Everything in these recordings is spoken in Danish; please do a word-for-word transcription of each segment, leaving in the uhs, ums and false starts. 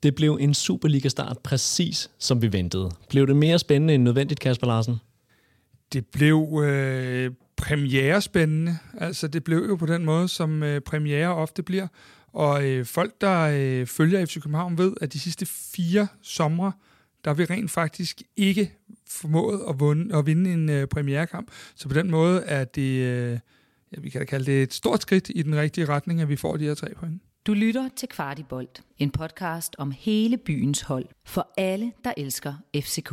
Det blev en Superliga-start præcis som vi ventede. Blev det mere spændende end nødvendigt, Kasper Larsen? Det blev øh, premierespændende. Altså det blev jo på den måde, som øh, premiere ofte bliver. Og øh, folk, der øh, følger F C København, ved, at de sidste fire somre, der har vi rent faktisk ikke formået at, vunde, at vinde en øh, premierekamp. Så på den måde er det, øh, ja, vi kan da kalde det et stort skridt i den rigtige retning, at vi får de her tre point. Du lytter til Kvartibolt, en podcast om hele byens hold, for alle, der elsker F C K.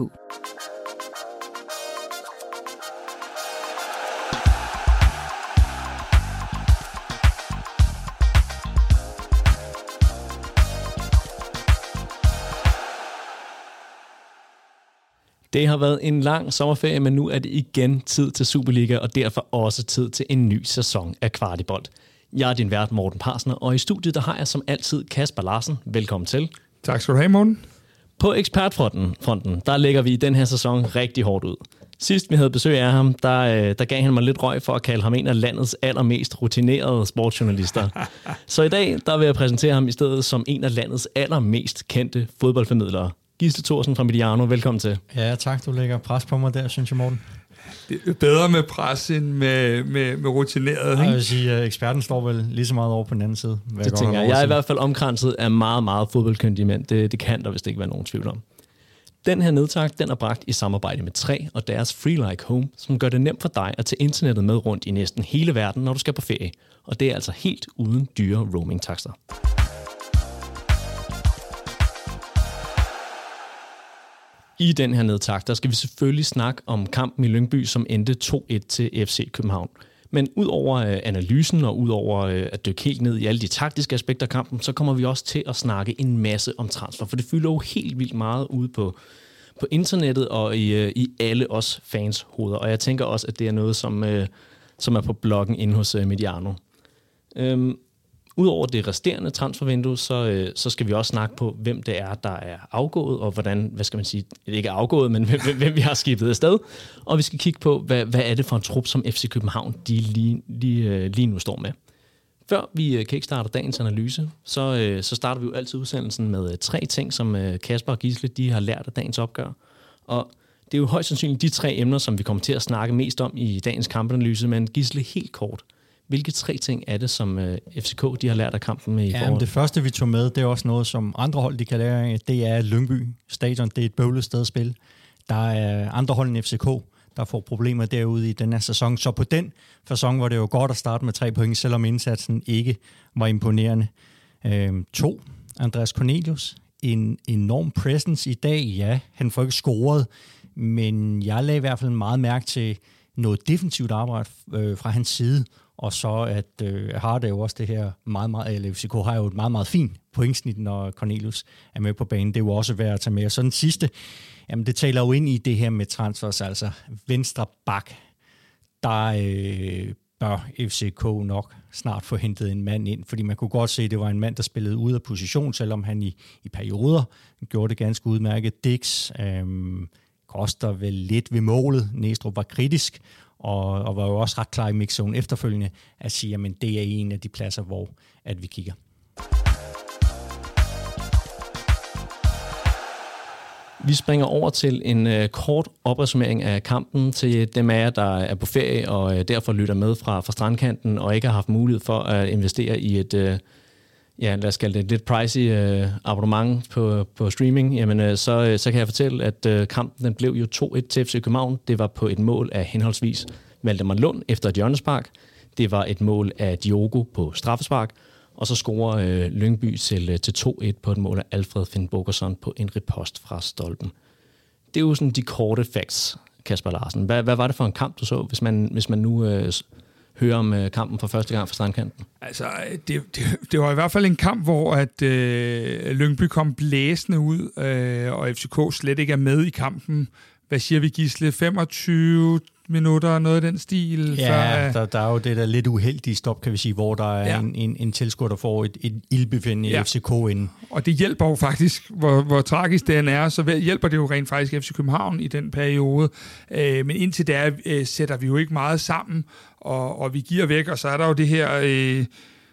Det har været en lang sommerferie, men nu er det igen tid til Superliga, og derfor også tid til en ny sæson af Kvartibolt. Jeg er din vært, Morten Parsner, og i studiet der har jeg som altid Kasper Larsen. Velkommen til. Tak skal du have, Morten. På ekspertfronten, fronten, der lægger vi i den her sæson rigtig hårdt ud. Sidst vi havde besøg af ham, der, der gav han mig lidt røg for at kalde ham en af landets allermest rutinerede sportsjournalister. Så i dag der vil jeg præsentere ham i stedet som en af landets allermest kendte fodboldformidlere. Gisle Thorsen fra Mediano, velkommen til. Ja, tak. Du lægger pres på mig der, synes jeg, Morten. Det er bedre med pres end med, med, med rutineret. Jeg vil sige, at eksperten står vel lige så meget over på den anden side. Det tænker jeg. Jeg er i hvert fald omkranset af meget, meget fodboldkyndige mænd. Det, det kan der vist ikke være nogen tvivl om. Den her nedtakt, den er bragt i samarbejde med Tre og deres Free Like Home, som gør det nemt for dig at tage internettet med rundt i næsten hele verden, når du skal på ferie. Og det er altså helt uden dyre roaming-takster. I den her nedtakt, der skal vi selvfølgelig snakke om kampen i Lyngby, som endte to et til F C København. Men ud over analysen og ud over at dykke helt ned i alle de taktiske aspekter af kampen, så kommer vi også til at snakke en masse om transfer, for det fylder jo helt vildt meget ude på, på internettet og i, i alle os fans hoveder. Og jeg tænker også, at det er noget, som, som er på bloggen inde hos Mediano. Øhm, Udover det resterende transfervindue, så, så skal vi også snakke på, hvem det er, der er afgået, og hvordan, hvad skal man sige, ikke er afgået, men hvem, hvem vi har skibet afsted. Og vi skal kigge på, hvad, hvad er det for en trup, som F C København de lige, lige, lige nu står med. Før vi kickstarter dagens analyse, så, så starter vi jo altid udsendelsen med tre ting, som Kasper og Gisle de har lært af dagens opgør. Og det er jo højst sandsynligt de tre emner, som vi kommer til at snakke mest om i dagens kampanalyse, men Gisle helt kort. Hvilke tre ting er det, som F C K de har lært af kampen med i ja, foråret? Det første, vi tog med, det er også noget, som andre hold de kan lære af. Det er Lyngby Stadion. Det er et bøvlet sted at spille. Der er andre hold end F C K, der får problemer derude i den her sæson. Så på den sæson var det jo godt at starte med tre point, selvom indsatsen ikke var imponerende. Øhm, to, Andreas Cornelius. En enorm presence i dag. Ja, han får ikke scoret, men jeg lagde i hvert fald meget mærke til noget defensivt arbejde øh, fra hans side. Og så at øh, har det jo også det her meget, meget, eller F C K har jo et meget, meget fint pointsnit, når Cornelius er med på banen. Det er jo også værd at tage med. Og så den sidste, jamen det taler jo ind i det her med transfers, altså venstre bak. Der øh, bør F C K nok snart få hentet en mand ind, fordi man kunne godt se, at det var en mand, der spillede ud af position, selvom han i, i perioder gjorde det ganske udmærket. Dix øh, koster vel lidt ved målet. Næstrup var kritisk, Og, og var jo også ret klar i mixzone efterfølgende at sige, at det er en af de pladser, hvor at vi kigger. Vi springer over til en uh, kort opresummering af kampen til dem af jer, der er på ferie og uh, derfor lytter med fra, fra strandkanten og ikke har haft mulighed for at investere i et, uh, ja, lad os kalde det et lidt pricey uh, abonnement på, på streaming. Jamen, uh, så, uh, så kan jeg fortælle, at uh, kampen den blev jo to et til F C København. Det var på et mål af henholdsvis Valdemar Lund efter et hjørnespark. Det var et mål af Diogo på straffespark. Og så scorer uh, Lyngby til, uh, til to et på et mål af Alfred Finn Bogerson på en ripost fra stolpen. Det er jo sådan de korte facts, Kasper Larsen. Hvad, hvad var det for en kamp, du så, hvis man, hvis man nu uh, hører om uh, kampen for første gang fra strandkanten? Altså, det, det, det var i hvert fald en kamp, hvor at øh, Lyngby kom blæsende ud, øh, og F C K slet ikke er med i kampen. Hvad siger vi, Gisle? femogtyve minutter, noget af den stil? Ja, før, der, der er jo det der lidt uheldige stop, kan vi sige, hvor der er ja. en, en, en tilskuer, der får et, et ildbefindende i ja. F C K inden. Og det hjælper jo faktisk, hvor, hvor tragisk den er, så hjælper det jo rent faktisk F C København i den periode. Øh, men indtil der øh, sætter vi jo ikke meget sammen, og, og vi giver væk, og så er der jo det her... Øh,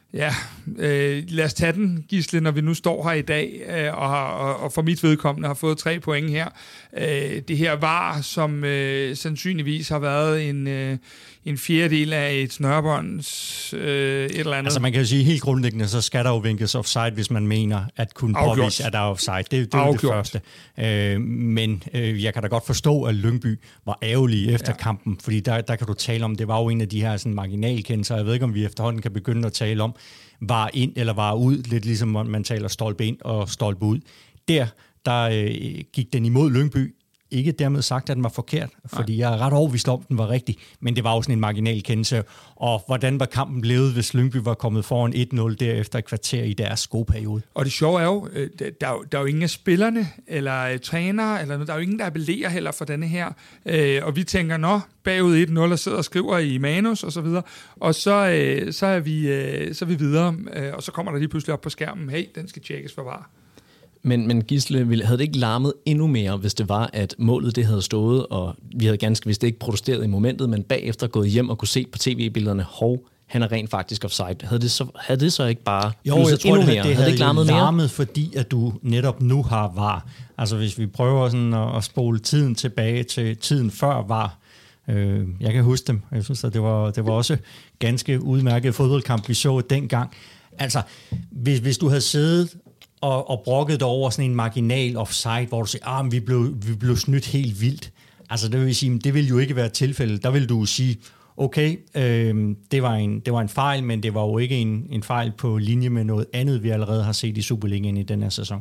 Ja, øh, lad os tage den, Gisle, når vi nu står her i dag, øh, og, og, og for mit vedkommende har fået tre point her. Øh, det her var, som øh, sandsynligvis har været en, øh, en fjerdedel af et snørebånds øh, et eller andet. Altså man kan jo sige, helt grundlæggende, så skal der jo vinkes offside, hvis man mener, at kunne påvise, at der er offside. Det, det er jo det første. Øh, men øh, jeg kan da godt forstå, at Lyngby var ærgerlig efter ja. kampen, fordi der, der kan du tale om, det var jo en af de her sådan, marginalkendelser. Jeg ved ikke, om vi efterhånden kan begynde at tale om, var ind eller var ud, lidt ligesom man taler stolpe ind og stolpe ud. Der, der øh, gik den imod Lyngby. Ikke dermed sagt, at den var forkert, fordi Nej. jeg er ret overbevist om, at den var rigtig, men det var jo sådan en marginal kendelse. Og hvordan var kampen blevet, hvis Lyngby var kommet foran et nul derefter et kvarter i deres gode periode? Og det sjove er jo, der er jo, der er jo ingen af spillerne, eller trænere, eller noget, der er jo ingen, der appellerer heller for denne her. Og vi tænker, nå, bagud et nul og sidder og skriver i manus og så videre, og så, så, er, vi, så er vi videre, og så kommer der lige pludselig op på skærmen, hey, den skal tjekkes for var. Men, men Gisle, havde det ikke larmet endnu mere, hvis det var, at målet det havde stået, og vi havde ganske vist ikke protesteret i momentet, men bagefter gået hjem og kunne se på tv-billederne, hov, han er rent faktisk offside. Havde det så, havde det så ikke bare jo, jeg tror, endnu det, mere? det havde havde det ikke larmet, larmet mere? Fordi at du netop nu har var. Altså hvis vi prøver sådan at, at spole tiden tilbage til tiden før var. Øh, jeg kan huske dem. Jeg synes, at det var, det var også ganske udmærket fodboldkamp, vi så dengang. Altså, hvis, hvis du havde siddet og, og brokket over sådan en marginal offside, hvor du siger, ah, vi blev, vi blev snydt helt vildt. Altså, det vil sige, det ville jo ikke være tilfældet. Der vil du sige, okay, øh, det, var en, det var en fejl, men det var jo ikke en, en fejl på linje med noget andet, vi allerede har set i Superligaen i den her sæson.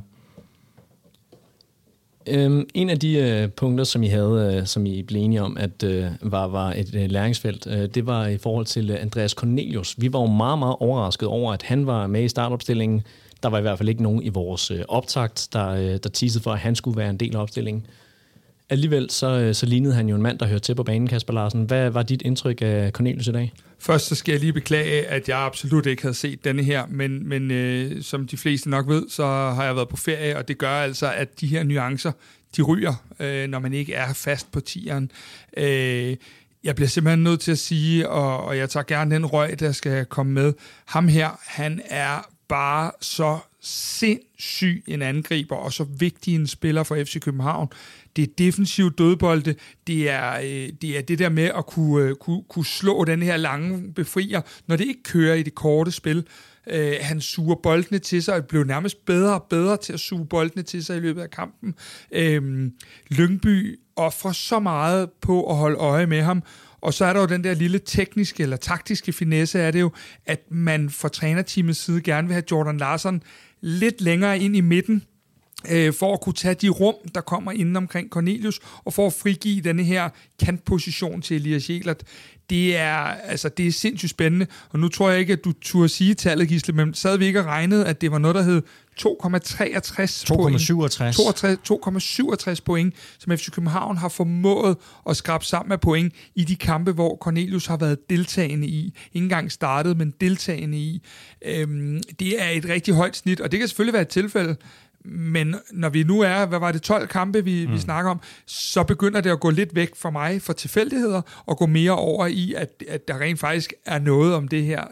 Øhm, en af de øh, punkter, som I havde, øh, som I blev enige om, at øh, var, var et øh, læringsfelt, øh, det var i forhold til øh, Andreas Cornelius. Vi var jo meget, meget overrasket over, at han var med i startopstillingen. Der var i hvert fald ikke nogen i vores øh, optakt, der, øh, der teasede for, at han skulle være en del af opstillingen. Alligevel så, øh, så lignede han jo en mand, der hørte til på banen, Kasper Larsen. Hvad var dit indtryk af Cornelius i dag? Først så skal jeg lige beklage, at jeg absolut ikke havde set denne her, men, men øh, som de fleste nok ved, så har jeg været på ferie, og det gør altså, at de her nuancer, de ryger, øh, når man ikke er fast på tieren. Øh, jeg bliver simpelthen nødt til at sige, og, og jeg tager gerne den røg, der skal komme med. Ham her, han er bare så sindssyg en angriber, og så vigtig en spiller for F C København. Det er defensivt dødbolde, det er, øh, det er det der med at kunne, øh, kunne, kunne slå den her lange befrier, når det ikke kører i det korte spil. Øh, han suger boldene til sig, og blev nærmest bedre og bedre til at suge boldene til sig i løbet af kampen. Øh, Lyngby offrer så meget på at holde øje med ham, og så er der jo den der lille tekniske eller taktiske finesse af det jo, at man fra trænerteamets side gerne vil have Jordan Larsson lidt længere ind i midten, øh, for at kunne tage de rum, der kommer inden omkring Cornelius, og for at frigive denne her kantposition til Elias Jelert. Det er, altså, det er sindssygt spændende, og nu tror jeg ikke, at du turde sige tallet, Gisle, men sad vi ikke og regnede, at det var noget, der hed to komma treogtres point. to komma syvogtres point, som F C København har formået at skrabe sammen af point i de kampe, hvor Cornelius har været deltagende i. Ikke engang startet, men deltagende i. Øhm, det er et rigtig højt snit, og det kan selvfølgelig være et tilfælde, men når vi nu er, hvad var det, tolv kampe, vi, mm. vi snakker om, så begynder det at gå lidt væk for mig for tilfældigheder, og gå mere over i, at, at der rent faktisk er noget om det her.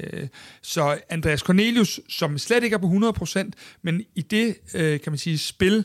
Så Andreas Cornelius, som slet ikke er på hundrede procent, men i det, kan man sige, spil,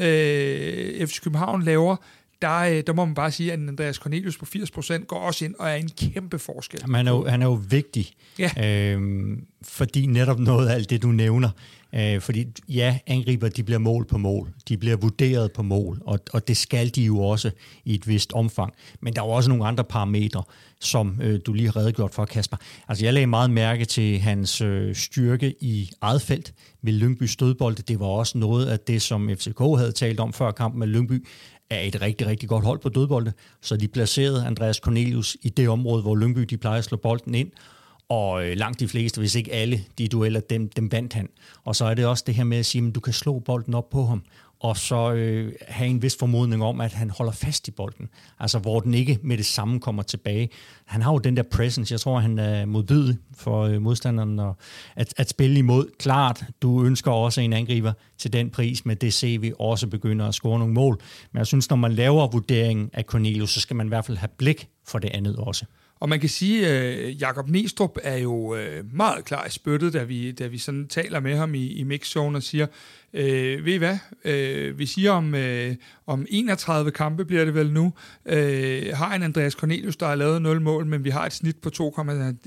F C København laver, Der, der må man bare sige, at Andreas Cornelius på firs procent går også ind og er en kæmpe forskel. Jamen, han, er jo, han er jo vigtig, ja. øhm, fordi netop noget af alt det, du nævner, øh, fordi ja, angriber, de bliver mål på mål, de bliver vurderet på mål, og, og det skal de jo også i et vist omfang. Men der er jo også nogle andre parametre, som øh, du lige har redegjort for, Kasper. Altså, jeg lagde meget mærke til hans øh, styrke i eget felt ved Lyngby stødbolde. Det var også noget af det, som F C K havde talt om før kampen med Lyngby, er et rigtig, rigtig godt hold på dødbolde, så de placerede Andreas Cornelius i det område, hvor Lyngby de plejer at slå bolden ind, og langt de fleste, hvis ikke alle de dueller, dem, dem vandt han. Og så er det også det her med at sige, at du kan slå bolden op på ham, og så øh, have en vis formodning om, at han holder fast i bolden. Altså, hvor den ikke med det samme kommer tilbage. Han har jo den der presence. Jeg tror, han er modbydelig for øh, modstanderen og at, at spille imod. Klart, du ønsker også en angriber til den pris, men det ser vi også begynder at score nogle mål. Men jeg synes, når man laver vurderingen af Cornelius, så skal man i hvert fald have blik for det andet også. Og man kan sige, at øh, Jakob Næstrup er jo øh, meget klar i spyttet, da vi, da vi sådan taler med ham i, i mixzone og siger, øh, ved I hvad, øh, vi siger om, øh, om enogtredive kampe bliver det vel nu, øh, har en Andreas Cornelius, der har lavet nul mål, men vi har et snit på to komma et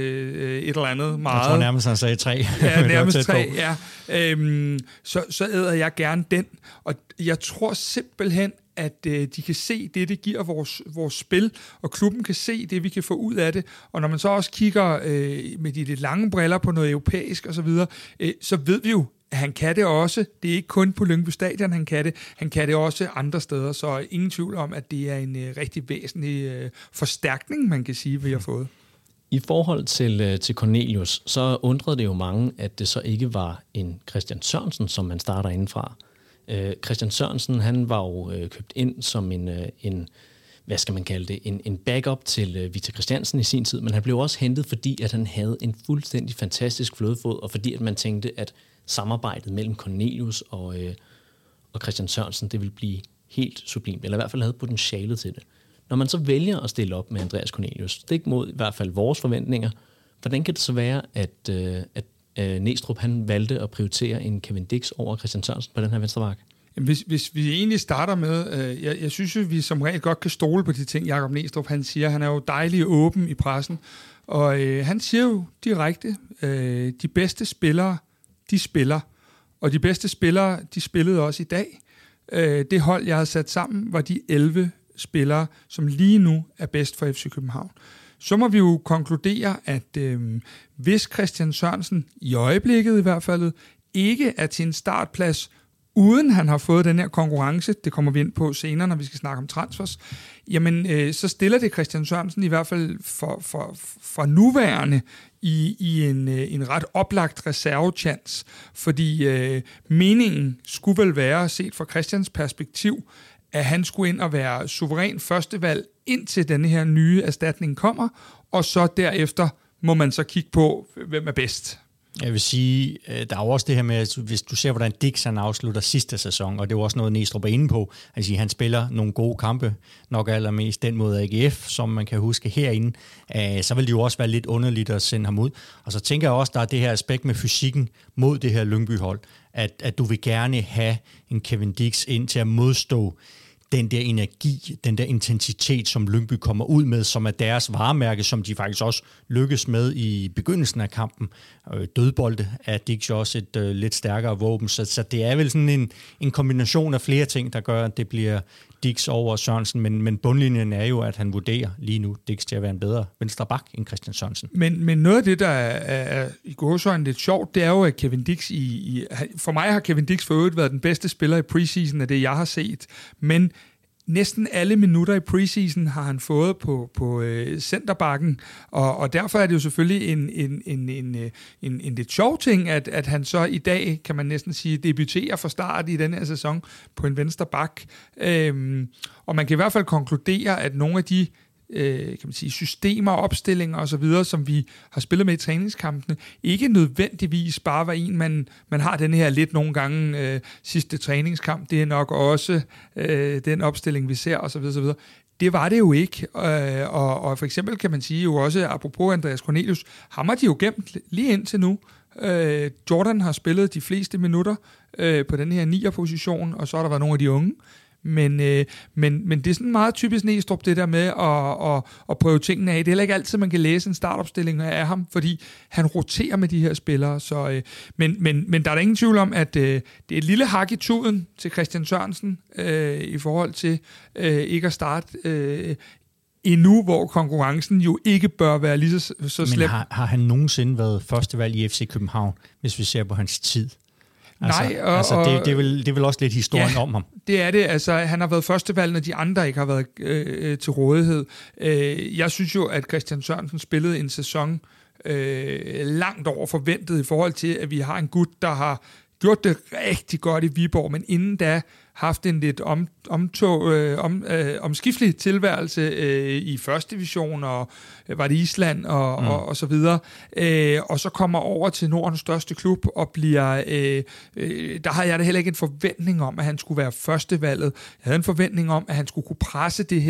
eller andet meget. Jeg tror nærmest, han sagde tre. Ja, nærmest tre, ja. Øhm, så, så æder jeg gerne den, og jeg tror simpelthen, at øh, de kan se det, det giver vores, vores spil, og klubben kan se det, vi kan få ud af det. Og når man så også kigger øh, med de lidt lange briller på noget europæisk og så videre, øh, så ved vi jo, at han kan det også. Det er ikke kun på Lyngby Stadion, han kan det. Han kan det også andre steder, så ingen tvivl om, at det er en øh, rigtig væsentlig øh, forstærkning, man kan sige, vi har fået. I forhold til, til Cornelius, så undrede det jo mange, at det så ikke var en Christian Sørensen, som man starter indenfra. Øh, Christian Sørensen, han var jo øh, købt ind som en, øh, en, hvad skal man kalde det, en, en backup til øh, Victor Christiansen i sin tid, men han blev også hentet, fordi at han havde en fuldstændig fantastisk flødefod, og fordi at man tænkte, at samarbejdet mellem Cornelius og, øh, og Christian Sørensen, det ville blive helt sublimt, eller i hvert fald havde potentialet til det. Når man så vælger at stille op med Andreas Cornelius, det er ikke mod i hvert fald vores forventninger, hvordan kan det så være, at, øh, at øh, Næstrup han valgte at prioritere en Kevin Dix over Christian Sørensen på den her venstre back? Hvis, hvis vi egentlig starter med, øh, jeg, jeg synes jo, vi som regel godt kan stole på de ting, Jakob Næstrup han siger. Han er jo dejlig åben i pressen, og øh, han siger jo direkte, øh, de bedste spillere, de spiller, og de bedste spillere, de spillede også i dag. Øh, det hold, jeg har sat sammen, var de elleve spillere, som lige nu er bedst for F C København. Så må vi jo konkludere, at øh, hvis Christian Sørensen, i øjeblikket i hvert fald, ikke er til en startplads, uden han har fået den her konkurrence, det kommer vi ind på senere, når vi skal snakke om transfers, jamen øh, så stiller det Christian Sørensen i hvert fald for, for, for nuværende i, i en, øh, en ret oplagt reservechance, fordi øh, meningen skulle vel være, set fra Christians perspektiv, at han skulle ind og være suveræn førstevalg, indtil denne her nye erstatning kommer, og så derefter må man så kigge på, hvem er bedst. Jeg vil sige, der er også det her med, at hvis du ser, hvordan Dix han afslutter sidste sæson, og det er jo også noget, Næstrup er inde på, at sige, han spiller nogle gode kampe, nok allermest den mod A G F, som man kan huske herinde, så vil det jo også være lidt underligt at sende ham ud. Og så tænker jeg også, der er det her aspekt med fysikken mod det her Lyngby-hold, at, at du vil gerne have en Kevin Dix ind til at modstå den der energi, den der intensitet, som Lyngby kommer ud med, som er deres varemærke, som de faktisk også lykkes med i begyndelsen af kampen. Dødbolde er Dix også et øh, lidt stærkere våben, så, så det er vel sådan en, en kombination af flere ting, der gør, at det bliver Dix over Sørensen, men, men bundlinjen er jo, at han vurderer lige nu Dix til at være en bedre venstre bak end Christian Sørensen. Men, men noget af det, der er, er i gåseøjne lidt sjovt, det er jo, at Kevin Dix i, i... For mig har Kevin Dix for øvrigt været den bedste spiller i preseason af det, jeg har set, men næsten alle minutter i preseason har han fået på, på øh, centerbakken, og, og derfor er det jo selvfølgelig en, en, en, en, en, en lidt sjov ting, at, at han så i dag, kan man næsten sige, debuterer fra start i den her sæson på en venstre bak. Øhm, og man kan i hvert fald konkludere, at nogle af de øh, kan man sige, systemer, opstillinger og så videre, som vi har spillet med i træningskampene, ikke nødvendigvis bare var en, man, man har den her lidt nogle gange øh, sidste træningskamp. Det er nok også øh, den opstilling, vi ser og så videre, så videre. Det var det jo ikke, øh, og, og for eksempel kan man sige jo også, apropos Andreas Cornelius, ham har de jo gemt lige indtil nu. Øh, Jordan har spillet de fleste minutter øh, på den her nier-position, og så har der været nogle af de unge. Men, øh, men, men det er sådan meget typisk Næstrup, det der med at, at, at prøve tingene af. Det er heller ikke altid, man kan læse en startopstilling af ham, fordi han roterer med de her spillere. Så, øh, men, men, men der er der ingen tvivl om, at øh, det er et lille hak i tuden til Christian Sørensen øh, i forhold til øh, ikke at starte øh, endnu, hvor konkurrencen jo ikke bør være lige så, så slem. Men har, har han nogensinde været førstevalg i F C København, hvis vi ser på hans tid? Altså, Nej, og, altså det, det, er vel, det er vel også lidt historien ja, om ham. Det er det. Altså, han har været førstevalg, når de andre ikke har været øh, til rådighed. Øh, jeg synes jo, at Christian Sørensen spillede en sæson øh, langt over forventet i forhold til, at vi har en gut, der har gjort det rigtig godt i Viborg, men inden da haft en lidt om, omtog, øh, om, øh, omskiftelig tilværelse øh, i første division, og øh, var det Island, og, mm. og, og så videre. Øh, og så kommer over til Nordens største klub, og bliver... Øh, øh, der havde jeg da heller ikke en forventning om, at han skulle være førstevalget. Jeg havde en forventning om, at han skulle kunne presse det her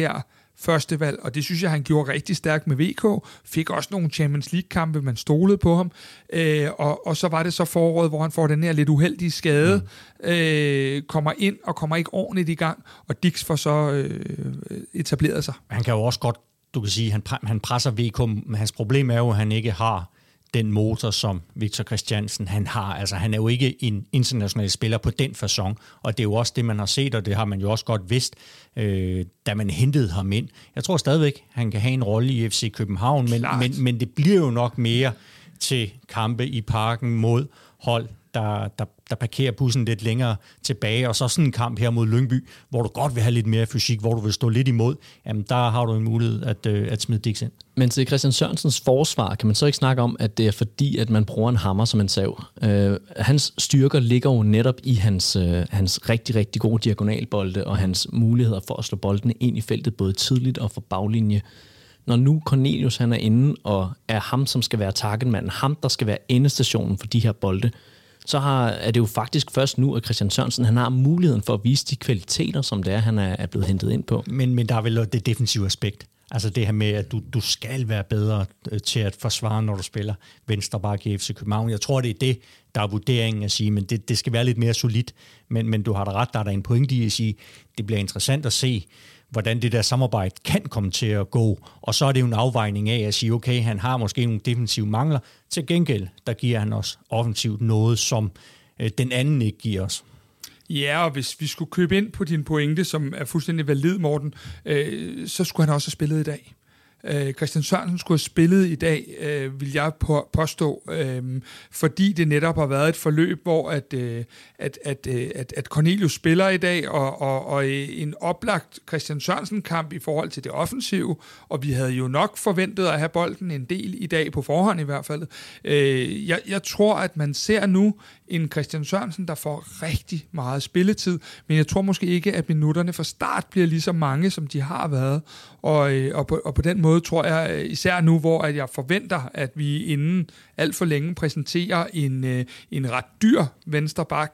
førstevalg, og det synes jeg, han gjorde rigtig stærkt med V K. Fik også nogle Champions League-kampe, man stolede på ham. Øh, og, og så var det så foråret, hvor han får den her lidt uheldige skade, mm. øh, kommer ind og kommer ikke ordentligt i gang, og Dix får så øh, etableret sig. Han kan jo også godt, du kan sige, han, han presser V K, men hans problem er jo, at han ikke har den motor, som Victor Christiansen han har. Altså, han er jo ikke en international spiller på den facon, og det er jo også det, man har set, og det har man jo også godt vidst, øh, da man hentede ham ind. Jeg tror stadigvæk, han kan have en rolle i F C København, men, men, men det bliver jo nok mere til kampe i parken mod hold, der, der, der parkerer bussen lidt længere tilbage, og så sådan en kamp her mod Lyngby, hvor du godt vil have lidt mere fysik, hvor du vil stå lidt imod, jamen der har du en mulighed at, øh, at smide Dix ind. Men til Christian Sørensens forsvar, kan man så ikke snakke om, at det er fordi, at man bruger en hammer som en sav? Øh, hans styrker ligger jo netop i hans, øh, hans rigtig, rigtig gode diagonalbolde, og hans muligheder for at slå boldene ind i feltet, både tidligt og for baglinje. Når nu Cornelius han er inde, og er ham, som skal være targetmanden, ham, der skal være endestationen for de her bolde, så har, er det jo faktisk først nu, at Christian Sørensen han har muligheden for at vise de kvaliteter, som det er, han er, er blevet hentet ind på. Men, men der er vel det defensive aspekt. Altså det her med, at du, du skal være bedre til at forsvare, når du spiller venstreback i F C København. Jeg tror, det er det, der er vurderingen at sige, men det, det skal være lidt mere solidt. Men, men du har da ret, der er der en pointe i at sige, det bliver interessant at se, hvordan det der samarbejde kan komme til at gå. Og så er det jo en afvejning af at sige, okay, han har måske nogle defensive mangler. Til gengæld, der giver han også offensivt noget, som øh, den anden ikke giver os. Ja, og hvis vi skulle købe ind på din pointe, som er fuldstændig valid, Morten, øh, så skulle han også have spillet i dag. Øh, Christian Sørensen skulle have spillet i dag, øh, vil jeg på, påstå, øh, fordi det netop har været et forløb, hvor at, øh, at, at, at, at Cornelius spiller i dag, og, og, og en oplagt Christian Sørensen-kamp i forhold til det offensive, og vi havde jo nok forventet at have bolden en del i dag, på forhånd i hvert fald. Øh, jeg, jeg tror, at man ser nu en Christian Sørensen, der får rigtig meget spilletid, men jeg tror måske ikke, at minutterne fra start bliver lige så mange, som de har været, og, og, på, og på den måde tror jeg, især nu, hvor jeg forventer, at vi inden alt for længe præsenterer en, en ret dyr venstreback,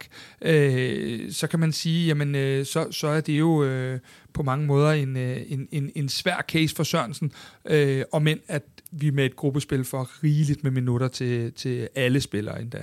øh, så kan man sige, jamen øh, så, så er det jo øh, på mange måder en, en, en, en svær case for Sørensen, øh, og men at vi med et gruppespil får rigeligt med minutter til, til alle spillere endda.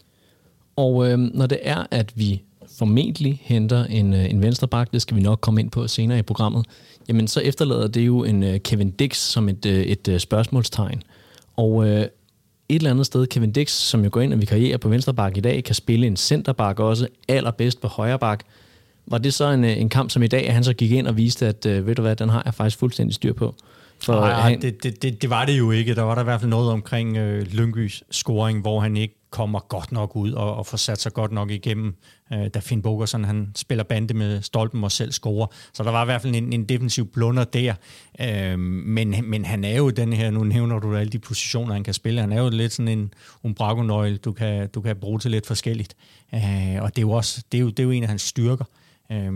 Og øh, når det er, at vi formentlig henter en, en venstreback, det skal vi nok komme ind på senere i programmet, jamen så efterlader det jo en uh, Kevin Dix som et, uh, et uh, spørgsmålstegn. Og uh, et eller andet sted, Kevin Dix, som jo går ind og vikarierer på venstreback i dag, kan spille en centerback også, allerbedst på højreback. Var det så en, en kamp som i dag, at han så gik ind og viste, at uh, ved du hvad, den har jeg faktisk fuldstændig styr på? For, Nej, han... det, det, det, det var det jo ikke. Der var der i hvert fald noget omkring øh, Lyngbys scoring, hvor han ikke kommer godt nok ud og, og får sat sig godt nok igennem, øh, da Finn Bogerson han spiller bande med stolpen og selv scorer. Så der var i hvert fald en, en defensiv blunder der. Øh, men, men han er jo den her, nu nævner du alle de positioner, han kan spille. Han er jo lidt sådan en umbragonøgle, du kan, du kan bruge til lidt forskelligt. Øh, og det er, jo også, det, er jo, det er jo en af hans styrker. Øh,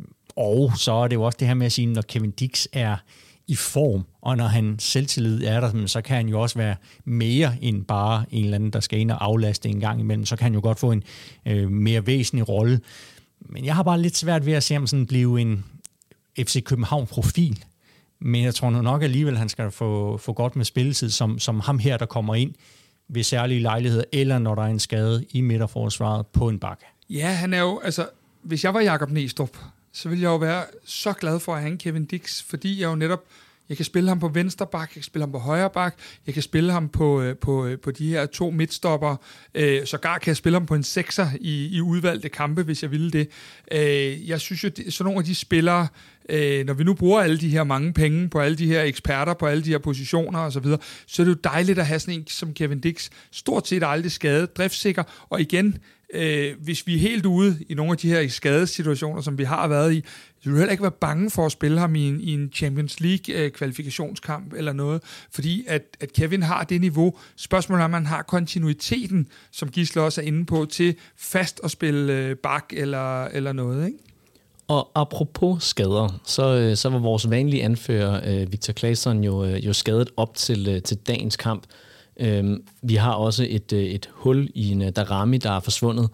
og så er det jo også det her med at sige, når Kevin Dix er i form, og når han selvtillid er der, så kan han jo også være mere end bare en eller anden, der skal ind og aflaste en gang imellem. Så kan han jo godt få en øh, mere væsentlig rolle. Men jeg har bare lidt svært ved at se ham sådan blive en F C København-profil. Men jeg tror nok alligevel, han skal få, få godt med spilletid, som, som ham her, der kommer ind ved særlige lejligheder, eller når der er en skade i midterforsvaret på en bakke. Ja, han er jo, altså, hvis jeg var Jakob Næstrup, så vil jeg jo være så glad for at have en Kevin Dix, fordi jeg jo netop, jeg kan spille ham på venstre bak, jeg kan spille ham på højre bak, jeg kan spille ham på, på, på de her to midtstopper, øh, sågar kan jeg spille ham på en sekser i, i udvalgte kampe, hvis jeg ville det. Øh, jeg synes jo, det, så nogle af de spillere, øh, når vi nu bruger alle de her mange penge på alle de her eksperter, på alle de her positioner og så videre, så er det jo dejligt at have sådan en som Kevin Dix, stort set aldrig skadet, driftsikker, og igen, Øh, hvis vi er helt ude i nogle af de her skadessituationer, som vi har været i, så vil du heller ikke være bange for at spille ham i en, i en Champions League-kvalifikationskamp øh, eller noget, fordi at, at Kevin har det niveau. Spørgsmålet er, om man har kontinuiteten, som Gisle også er inde på, til fast at spille øh, bak eller, eller noget, ikke? Og apropos skader, så, så var vores vanlige anfører, øh, Victor Claesson, jo, jo skadet op til, til dagens kamp. Vi har også et, et hul i en Darami, der er forsvundet.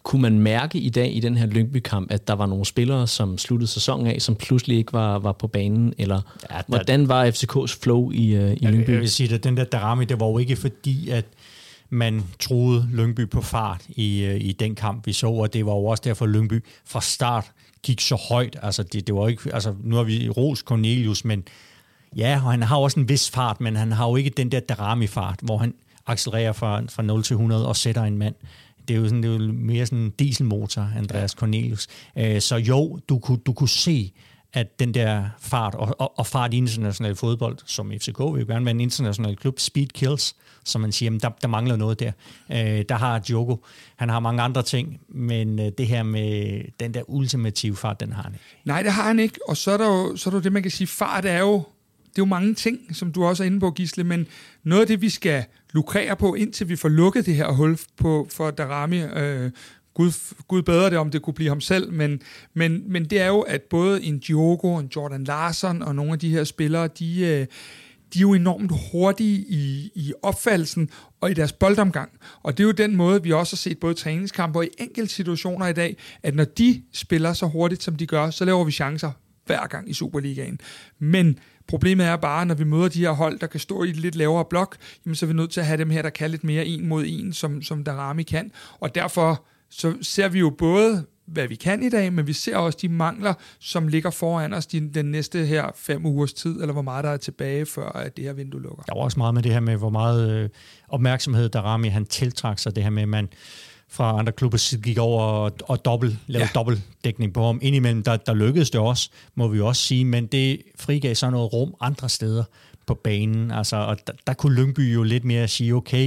kunne man mærke i dag i den her Lyngby-kamp, at der var nogle spillere, som sluttede sæsonen af, som pludselig ikke var, var på banen? Eller ja, der, hvordan var F C K's flow i, uh, i Lyngby? Jeg vil sige, at den der Darami, det var jo ikke fordi, at man troede Lyngby på fart i, uh, i den kamp, vi så, og det var jo også derfor, Lyngby fra start gik så højt. Altså, det, det var ikke, altså, nu har vi rost Cornelius, men ja, og han har også en vis fart, men han har jo ikke den der Darami-fart, hvor han accelererer fra, fra nul til hundrede og sætter en mand. Det er jo, sådan, det er jo mere sådan en dieselmotor, Andreas Cornelius. Så jo, du kunne, du kunne se, at den der fart, og, og, og fart i international fodbold, som F C K vil jo gerne være en international klub, speed kills, som man siger, der, der mangler noget der. Der har Diogo, han har mange andre ting, men det her med den der ultimative fart, den har han ikke. Nej, det har han ikke, og så er der jo, så er der jo det, man kan sige, fart er jo, det er jo mange ting, som du også er inde på, Gisle, men noget af det, vi skal lukrere på, indtil vi får lukket det her hul på, for Darami, øh, Gud, Gud bedre det, om det kunne blive ham selv, men, men, men det er jo, at både en Diogo, en Jordan Larsson og nogle af de her spillere, de, øh, de er jo enormt hurtige i, i opfattelsen og i deres boldomgang. Og det er jo den måde, vi også har set både træningskampe og i enkelte situationer i dag, at når de spiller så hurtigt, som de gør, så laver vi chancer hver gang i Superligaen. Men problemet er bare, når vi møder de her hold, der kan stå i et lidt lavere blok, jamen, så er vi nødt til at have dem her, der kan lidt mere en mod en, som, som Darami kan. Og derfor så ser vi jo både, hvad vi kan i dag, men vi ser også de mangler, som ligger foran os de, den næste her fem ugers tid, eller hvor meget der er tilbage, før at det her vindue lukker. Der var også meget med det her med, hvor meget øh, opmærksomhed Darami, han tiltrak sig, det her med, at man fra andre klubber gik over og, og dobbelt, lavede ja. dobbeltdækning på ham. Indimellem, der, der lykkedes det også, må vi også sige, men det frigav så noget rum andre steder på banen. Altså, og der, der kunne Lyngby jo lidt mere sige, okay,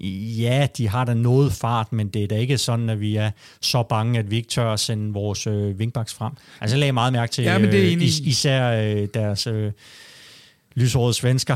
ja, de har da noget fart, men det er da ikke sådan, at vi er så bange, at vi ikke tør at sende vores øh, wingbacks frem. Altså, jeg lagde meget mærke til, ja, men det er øh, is, især øh, deres øh, lyshårede svensker,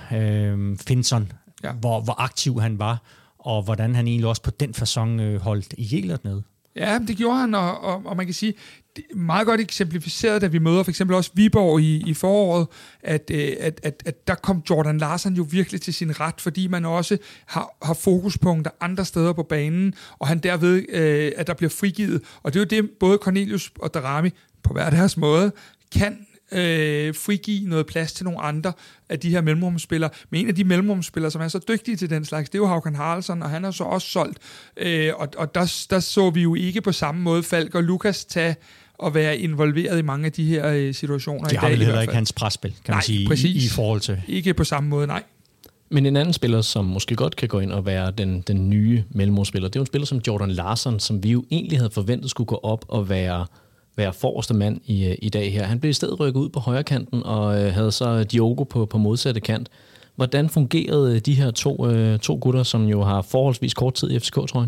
øh, Finson, ja. hvor, hvor aktiv han var, og hvordan han egentlig også på den facon øh, holdt Jelert ned. Ja, det gjorde han, og, og, og man kan sige, det er meget godt eksemplificeret, da vi møder for eksempel også Viborg i, i foråret, at, at, at, at der kom Jordan Larsson jo virkelig til sin ret, fordi man også har, har fokuspunkter andre steder på banen, og han derved, øh, at der bliver frigivet. Og det er jo det, både Cornelius og Darami på hver deres måde kan Øh, frigive noget plads til nogle andre af de her mellemrumspillere. Men en af de mellemrumspillere, som er så dygtige til den slags, det er jo Håkan Haraldsson, og han har så også solgt. Øh, og og der, der så vi jo ikke på samme måde Falk og Lukas tage og være involveret i mange af de her øh, situationer. De i har dag, vel heller ikke hans presspil, kan nej, man sige, præcis. i, i forhold til. Ikke på samme måde, nej. Men en anden spiller, som måske godt kan gå ind og være den, den nye mellemrumspiller, det er jo en spiller som Jordan Larsson, som vi jo egentlig havde forventet skulle gå op og være være forreste mand i, i dag her. Han blev i stedet rykket ud på højre kanten og øh, havde så Diogo på, på modsatte kant. Hvordan fungerede de her to, øh, to gutter, som jo har forholdsvis kort tid i F C K-trøjen?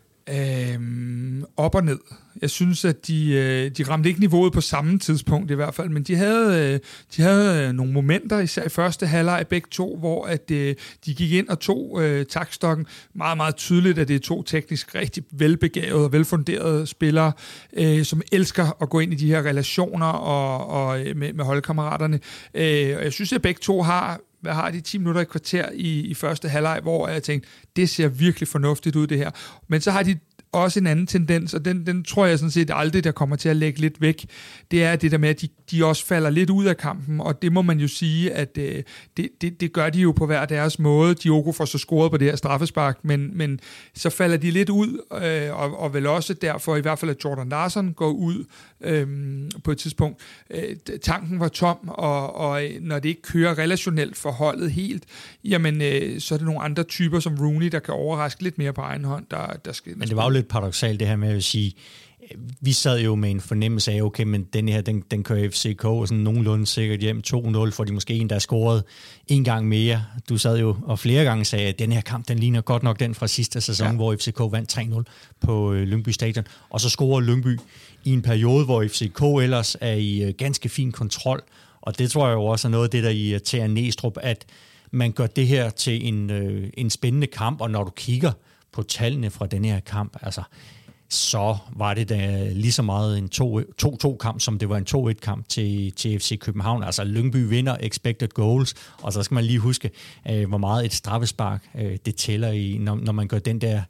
Øhm, op og ned. Jeg synes, at de, de ramte ikke niveauet på samme tidspunkt i hvert fald, men de havde, de havde nogle momenter, især i første halvleg begge to, hvor at de gik ind og tog øh, taktstokken. Meget, meget tydeligt, at det er to teknisk rigtig velbegavede og velfunderede spillere, øh, som elsker at gå ind i de her relationer og, og med, med holdkammeraterne. Øh, og jeg synes, at begge to har hvad har de ti minutter i kvarter i, i første halvleg, hvor jeg tænkte, det ser virkelig fornuftigt ud det her. Men så har de også en anden tendens, og den, den tror jeg sådan set aldrig, der kommer til at lægge lidt væk. Det er det der med, at de, de også falder lidt ud af kampen, og det må man jo sige, at øh, det, det, det gør de jo på hver deres måde. Diogo får så scoret på det her straffespark, men, men så falder de lidt ud, øh, og, og vel også derfor i hvert fald, at Jordan Larsson går ud øh, på et tidspunkt. Øh, tanken var tom, og, og når det ikke kører relationelt for holdet helt, jamen øh, så er det nogle andre typer som Rooney, der kan overraske lidt mere på egen hånd. Der, der skal, men det var jo lidt paradoksalt det her med at sige, vi sad jo med en fornemmelse af, okay, men den her, den, den kører F C K sådan nogenlunde sikkert hjem to nul, for de måske en, der er scoret en gang mere. Du sad jo og flere gange sagde, at den her kamp, den ligner godt nok den fra sidste sæson, ja. Hvor F C K vandt tre nul på øh, Lyngby Stadion, og så scorer Lyngby i en periode, hvor F C K ellers er i øh, ganske fin kontrol, og det tror jeg jo også er noget af det, der irriterer Næstrup, at man gør det her til en, øh, en spændende kamp, og når du kigger på tallene fra den her kamp, altså, så var det da lige så meget en to to kamp, som det var en to et kamp til, til F C København. Altså Lyngby vinder expected goals, og så skal man lige huske, øh, hvor meget et straffespark øh, det tæller i, når, når man gør den der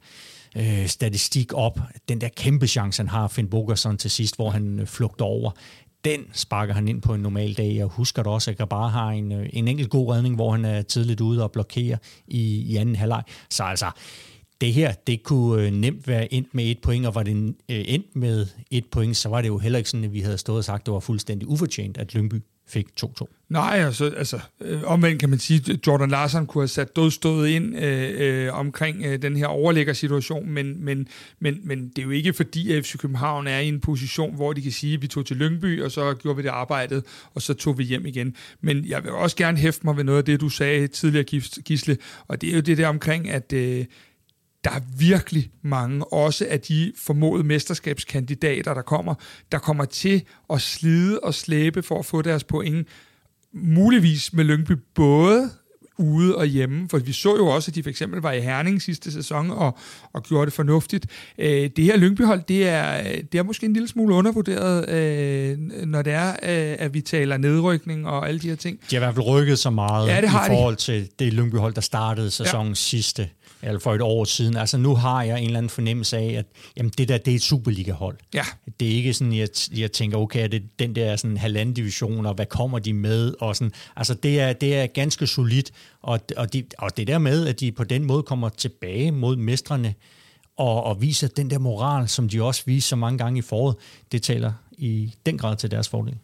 øh, statistik op. Den der kæmpe chance, han har, Finn Bogason til sidst, hvor han øh, flugter over, den sparker han ind på en normal dag. Jeg husker da også, at Grabara har en, øh, en enkelt god redning, hvor han er tidligt ude og blokerer i, i anden halvleg. Så altså, det her, det kunne øh, nemt være endt med et point, og var det øh, endt med et point, så var det jo heller ikke sådan, at vi havde stået og sagt, at det var fuldstændig ufortjent, at Lyngby fik to to. Nej, altså, altså øh, omvendt kan man sige, at Jordan Larsson kunne have sat dødstødet ind øh, øh, omkring øh, den her overlæggersituation, men, men, men, men det er jo ikke fordi, at F C København er i en position, hvor de kan sige, at vi tog til Lyngby, og så gjorde vi det arbejdet, og så tog vi hjem igen. Men jeg vil også gerne hæfte mig ved noget af det, du sagde tidligere, Gisle, og det er jo det der omkring, at øh, der er virkelig mange, også af de formodede mesterskabskandidater, der kommer, der kommer til at slide og slæbe for at få deres point. Muligvis med Lyngby både ude og hjemme, for vi så jo også, at de for eksempel var i Herning sidste sæson og, og gjorde det fornuftigt. Øh, det her Lyngby-hold, det er, det er måske en lille smule undervurderet, øh, når det er, øh, at vi taler nedrykning og alle de her ting. De har i hvert fald rykket så meget ja, i forhold de. til det Lyngby-hold, der startede sæsonens ja. sidste, eller for et år siden. Altså nu har jeg en eller anden fornemmelse af, at jamen, det der, det er et Superliga-hold. Ja. Det er ikke sådan, at jeg, jeg tænker, okay, det den der sådan halvanden division, og hvad kommer de med? Og sådan, altså det er, det er ganske solidt, og, og, de, og det der med, at de på den måde kommer tilbage mod mestrene, og, og viser den der moral, som de også viser så mange gange i foråret, det taler i den grad til deres fordel.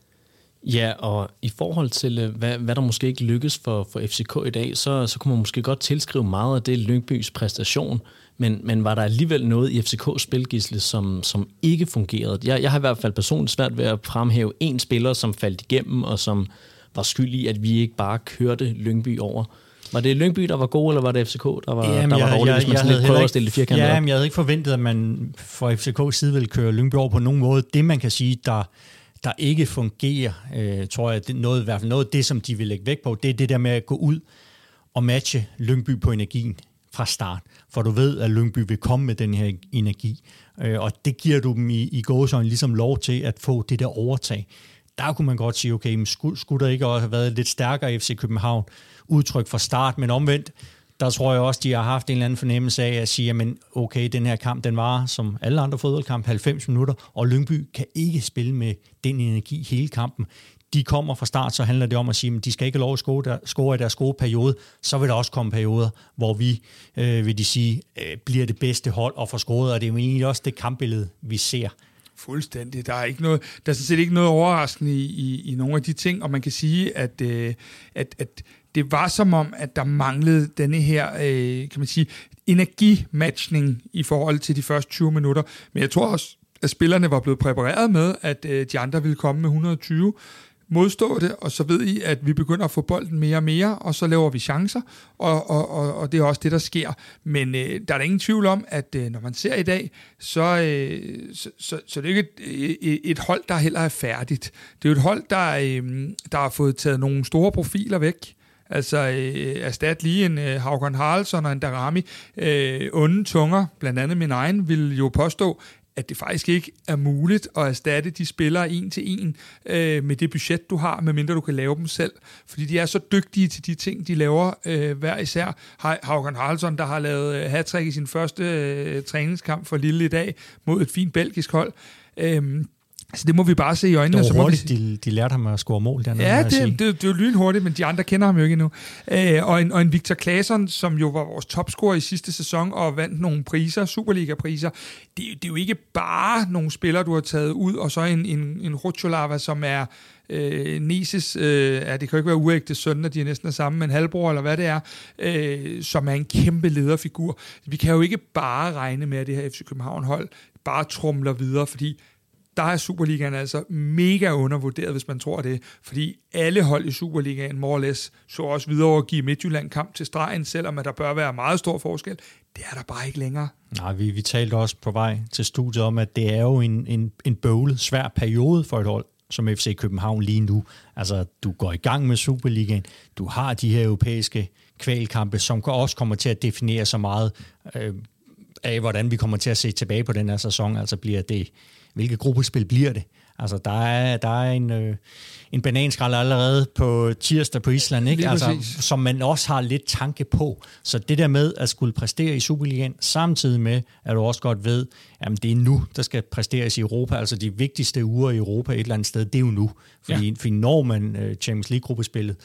Ja, og i forhold til, hvad, hvad der måske ikke lykkes for, for F C K i dag, så, så kunne man måske godt tilskrive meget af det Lyngbys præstation, men, men var der alligevel noget i F C K's spilgisle, som, som ikke fungerede? Jeg, jeg har i hvert fald personligt svært ved at fremhæve en spiller, som faldt igennem, og som var skyld i, at vi ikke bare kørte Lyngby over. Var det Lyngby, der var god, eller var det F C K, der var, Jamen, der var jeg, dårlig, jeg, hvis man jeg sådan lidt prøver ikke, at stille det firkantet ja, op? jeg havde ikke forventet, at man fra F C K's side ville køre Lyngby over på nogen måde. Det, man kan sige, der der ikke fungerer, øh, tror jeg, det noget, i hvert fald noget af det, som de vil lægge vægt på, det er det der med at gå ud og matche Lyngby på energien fra start. For du ved, at Lyngby vil komme med den her energi, øh, og det giver du dem i, i gåseøjne ligesom lov til at få det der overtag. Der kunne man godt sige, okay, men skulle, skulle der ikke også have været lidt stærkere i F C København udtryk fra start, men omvendt, der tror jeg også, de har haft en eller anden fornemmelse af at sige, at okay, den her kamp, den var som alle andre fodboldkamp halvfems minutter, og Lyngby kan ikke spille med den energi hele kampen. De kommer fra start, så handler det om at sige, at de skal ikke have lov at score, der, score i deres gode periode. Så vil der også komme perioder, hvor vi, øh, vil de sige, øh, bliver det bedste hold og får scoret, og det er jo egentlig også det kampbillede, vi ser. Fuldstændig. Der er ikke noget, der er sådan set ikke noget overraskende i, i, i nogle af de ting, og man kan sige, at, øh, at, at det var som om, at der manglede denne her, øh, kan man sige, energimatchning i forhold til de første tyve minutter. Men jeg tror også, at spillerne var blevet præpareret med, at øh, de andre ville komme med et hundrede og tyve, modstå det, og så ved I, at vi begynder at få bolden mere og mere, og så laver vi chancer, og, og, og, og det er også det, der sker. Men øh, der er der ingen tvivl om, at øh, når man ser i dag, så, øh, så, så, så det er ikke et, et, et hold, der heller er færdigt. Det er jo et hold, der, øh, der har fået taget nogle store profiler væk. Altså øh, erstat lige en øh, Haugen Haraldsson og en Darami. Øh, onde tunger, blandt andet min egen, vil jo påstå, at det faktisk ikke er muligt at erstatte de spillere en til en øh, med det budget, du har, medmindre du kan lave dem selv. Fordi de er så dygtige til de ting, de laver øh, hver især. Haugen Haraldsson, der har lavet øh, hat-trick i sin første øh, træningskamp for Lille i dag mod et fint belgisk hold. Øh, Så det må vi bare se i øjnene. Det var så må hurtigt, vi... de, de lærte ham at score mål dernede. Ja, det, det, det, det er jo lynhurtigt, men de andre kender ham jo ikke endnu. Øh, og, en, og en Victor Claesson, som jo var vores topscorer i sidste sæson og vandt nogle priser, Superliga-priser. Det, det er jo ikke bare nogle spillere, du har taget ud, og så en, en, en Rucholava, som er øh, Neses, øh, ja, det kan jo ikke være uægte søn, når de er næsten er sammen, men halvbror, eller hvad det er, øh, som er en kæmpe lederfigur. Vi kan jo ikke bare regne med, at det her F C København-hold bare trumler videre, fordi der er Superligaen altså mega undervurderet, hvis man tror det, fordi alle hold i Superligaen, more or less, så også videre over at give Midtjylland kamp til stregen, selvom at der bør være meget stor forskel. Det er der bare ikke længere. Nej, vi, vi talte også på vej til studiet om, at det er jo en, en, en bøvlet, svær periode for et hold som F C København lige nu. Altså, du går i gang med Superligaen, du har de her europæiske kvalkampe, som også kommer til at definere så meget øh, af, hvordan vi kommer til at se tilbage på den her sæson. Altså bliver det hvilket gruppespil bliver det? Altså, der er, der er en, øh, en bananskrald allerede på tirsdag på Island, ikke? Altså, som man også har lidt tanke på. Så det der med at skulle præstere i Superligaen, samtidig med, at du også godt ved, at det er nu, der skal præsteres i Europa. Altså de vigtigste uger i Europa et eller andet sted, det er jo nu. Fordi, ja. fordi når man øh, Champions League-gruppespillet,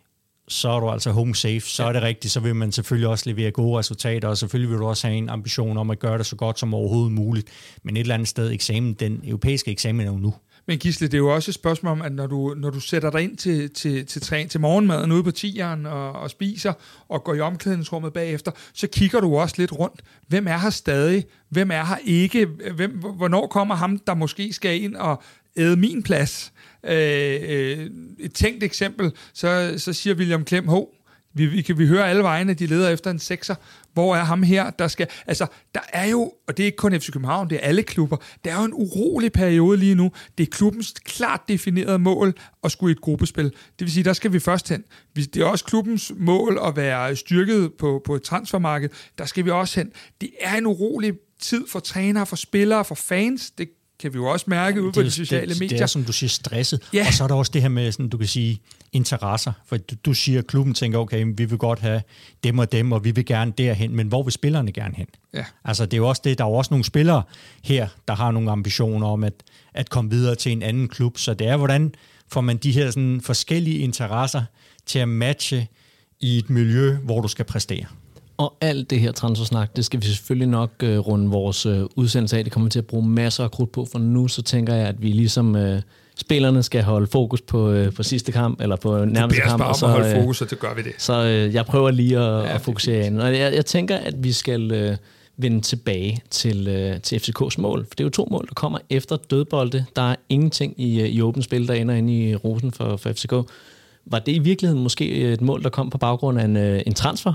så er du altså home safe, så er det rigtigt, så vil man selvfølgelig også levere gode resultater, og selvfølgelig vil du også have en ambition om at gøre det så godt som overhovedet muligt. Men et eller andet sted, eksamen, den europæiske eksamen er jo nu. Men Gisle, det er jo også et spørgsmål om, at når du, når du sætter dig ind til, til, til, træn, til morgenmaden ude på tieren og, og spiser, og går i omklædningsrummet bagefter, så kigger du også lidt rundt. Hvem er her stadig? Hvem er her ikke? Hvem, hvornår kommer ham, der måske skal ind og æde min plads? Øh, øh, et tænkt eksempel, så, så siger William Klem, ho, vi, vi kan vi høre alle vegne, de leder efter en sekser. Hvor er ham her, der skal... Altså, der er jo, og det er ikke kun F C København, det er alle klubber, der er jo en urolig periode lige nu. Det er klubbens klart definerede mål at skulle i et gruppespil. Det vil sige, der skal vi først hen. Det er også klubbens mål at være styrket på, på et transfermarked. Der skal vi også hen. Det er en urolig tid for trænere, for spillere, for fans. Det kan vi jo også mærke ude på de sociale det, medier. Det er, som du siger, stresset. Ja. Og så er der også det her med, sådan, du kan sige, interesser. For du, du siger, at klubben tænker, okay, vi vil godt have dem og dem, og vi vil gerne derhen, men hvor vil spillerne gerne hen? Ja. Altså, det er jo også det, der er jo også nogle spillere her, der har nogle ambitioner om at, at komme videre til en anden klub. Så det er, hvordan får man de her sådan, forskellige interesser til at matche i et miljø, hvor du skal præstere. Og alt det her transfersnak, det skal vi selvfølgelig nok øh, runde vores øh, udsendelse af. Det kommer vi til at bruge masser af krudt på, for nu så tænker jeg, at vi ligesom øh, spillerne skal holde fokus på, øh, på sidste kamp, eller på nærmeste kamp. Du beder os bare om at holde fokus, og det gør vi det. Så øh, jeg prøver lige at, ja, at fokusere ind. Og jeg, jeg tænker, at vi skal øh, vende tilbage til, øh, til F C K's mål. For det er jo to mål, der kommer efter dødbolde. Der er ingenting i, i åbent spil, der ender inde i rosen for, for F C K. Var det i virkeligheden måske et mål, der kom på baggrund af en, øh, en transfer?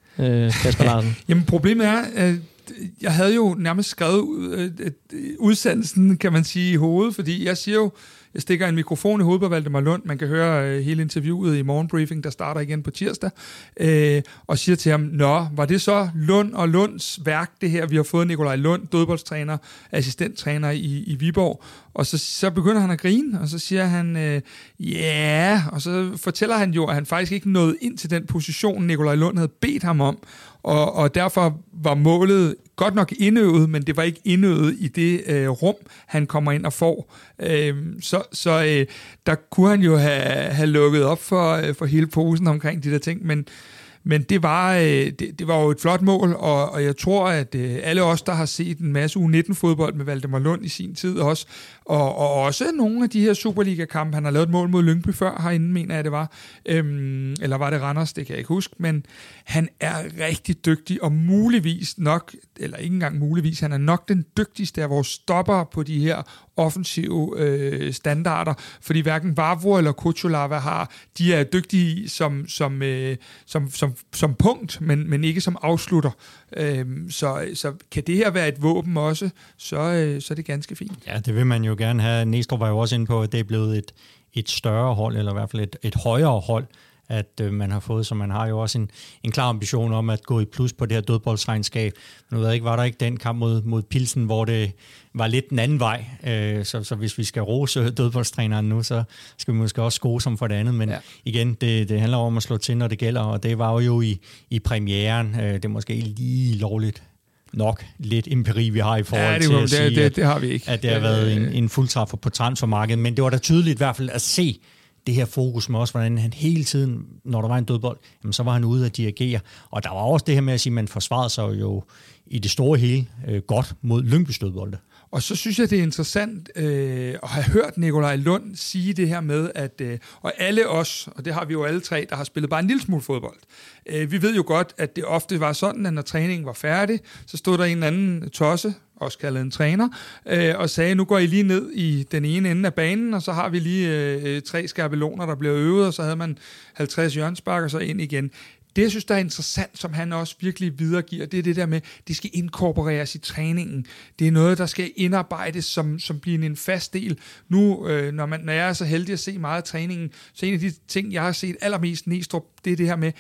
Kasper Larsen? Jamen problemet er, at jeg havde jo nærmest skrevet udsendelsen, kan man sige, i hovedet, fordi jeg siger jo, jeg stikker en mikrofon i hovedet på Valdemar Lund, man kan høre hele interviewet i morgenbriefing, der starter igen på tirsdag, øh, og siger til ham, nå, var det så Lund og Lunds værk, det her, vi har fået Nikolaj Lund, dødboldstræner, assistenttræner i, i Viborg, og så, så begynder han at grine, og så siger han, ja, øh, yeah, og så fortæller han jo, at han faktisk ikke nåede ind til den position, Nikolaj Lund havde bedt ham om, og, og derfor var målet godt nok indøvet, men det var ikke indøvet i det øh, rum, han kommer ind og får. Øh, så så øh, der kunne han jo have, have lukket op for, øh, for hele posen omkring de der ting, men Men det var, det, det var jo et flot mål, og, og jeg tror, at alle os, der har set en masse U nitten-fodbold med Valdemar Lund i sin tid også, og, og også nogle af de her Superliga-kampe, han har lavet et mål mod Lyngby før herinde, mener jeg det var, øhm, eller var det Randers, det kan jeg ikke huske, men han er rigtig dygtig, og muligvis nok, eller ikke engang muligvis, han er nok den dygtigste af vores stopper på de her offensive øh, standarder, fordi hverken Vavro eller Kuchulava har, de er dygtige som, som, øh, som, som, som punkt, men, men ikke som afslutter. Øh, så, så kan det her være et våben også, så, øh, så er det ganske fint. Ja, det vil man jo gerne have. Næstrup var jo også inde på, at det er blevet et, et større hold, eller i hvert fald et, et højere hold, at øh, man har fået, så man har jo også en, en klar ambition om at gå i plus på det her dødboldsregnskab. Nu ved jeg ikke, var der ikke den kamp mod, mod Pilsen, hvor det var lidt den anden vej, øh, så, så hvis vi skal rose dødboldstræneren nu, så skal vi måske også skose som for det andet, men ja. igen, det, det handler om at slå til, når det gælder, og det var jo i, i premieren, øh, det er måske lige lovligt nok lidt empiri, vi har i forhold ja, det, til at det, sige, det, det, det har vi ikke. At, at det har været en, en fuldtræffer på transfermarkedet, men det var da tydeligt i hvert fald at se det her fokus med også, hvordan han hele tiden, når der var en dødbold, jamen, så var han ude at dirigere. Og der var også det her med at sige, at man forsvarede sig jo i det store hele øh, godt mod Lyngbys dødbolde. Og så synes jeg, det er interessant øh, at have hørt Nikolaj Lund sige det her med, at øh, og alle os, og det har vi jo alle tre, der har spillet bare en lille smule fodbold, øh, vi ved jo godt, at det ofte var sådan, at når træningen var færdig, så stod der en eller anden tosse, også kaldet en træner, øh, og sagde, nu går I lige ned i den ene ende af banen, og så har vi lige øh, tre skabeloner, der bliver øvet, og så havde man halvtreds hjørnespark, og så ind igen. Det, jeg synes, der er interessant, som han også virkelig videregiver, det er det der med, det skal inkorporeres i træningen. Det er noget, der skal indarbejdes som, som bliver en fast del. Nu, øh, når, man, når jeg er så heldig at se meget af træningen, så en af de ting, jeg har set allermest Næstrup, det er det her med,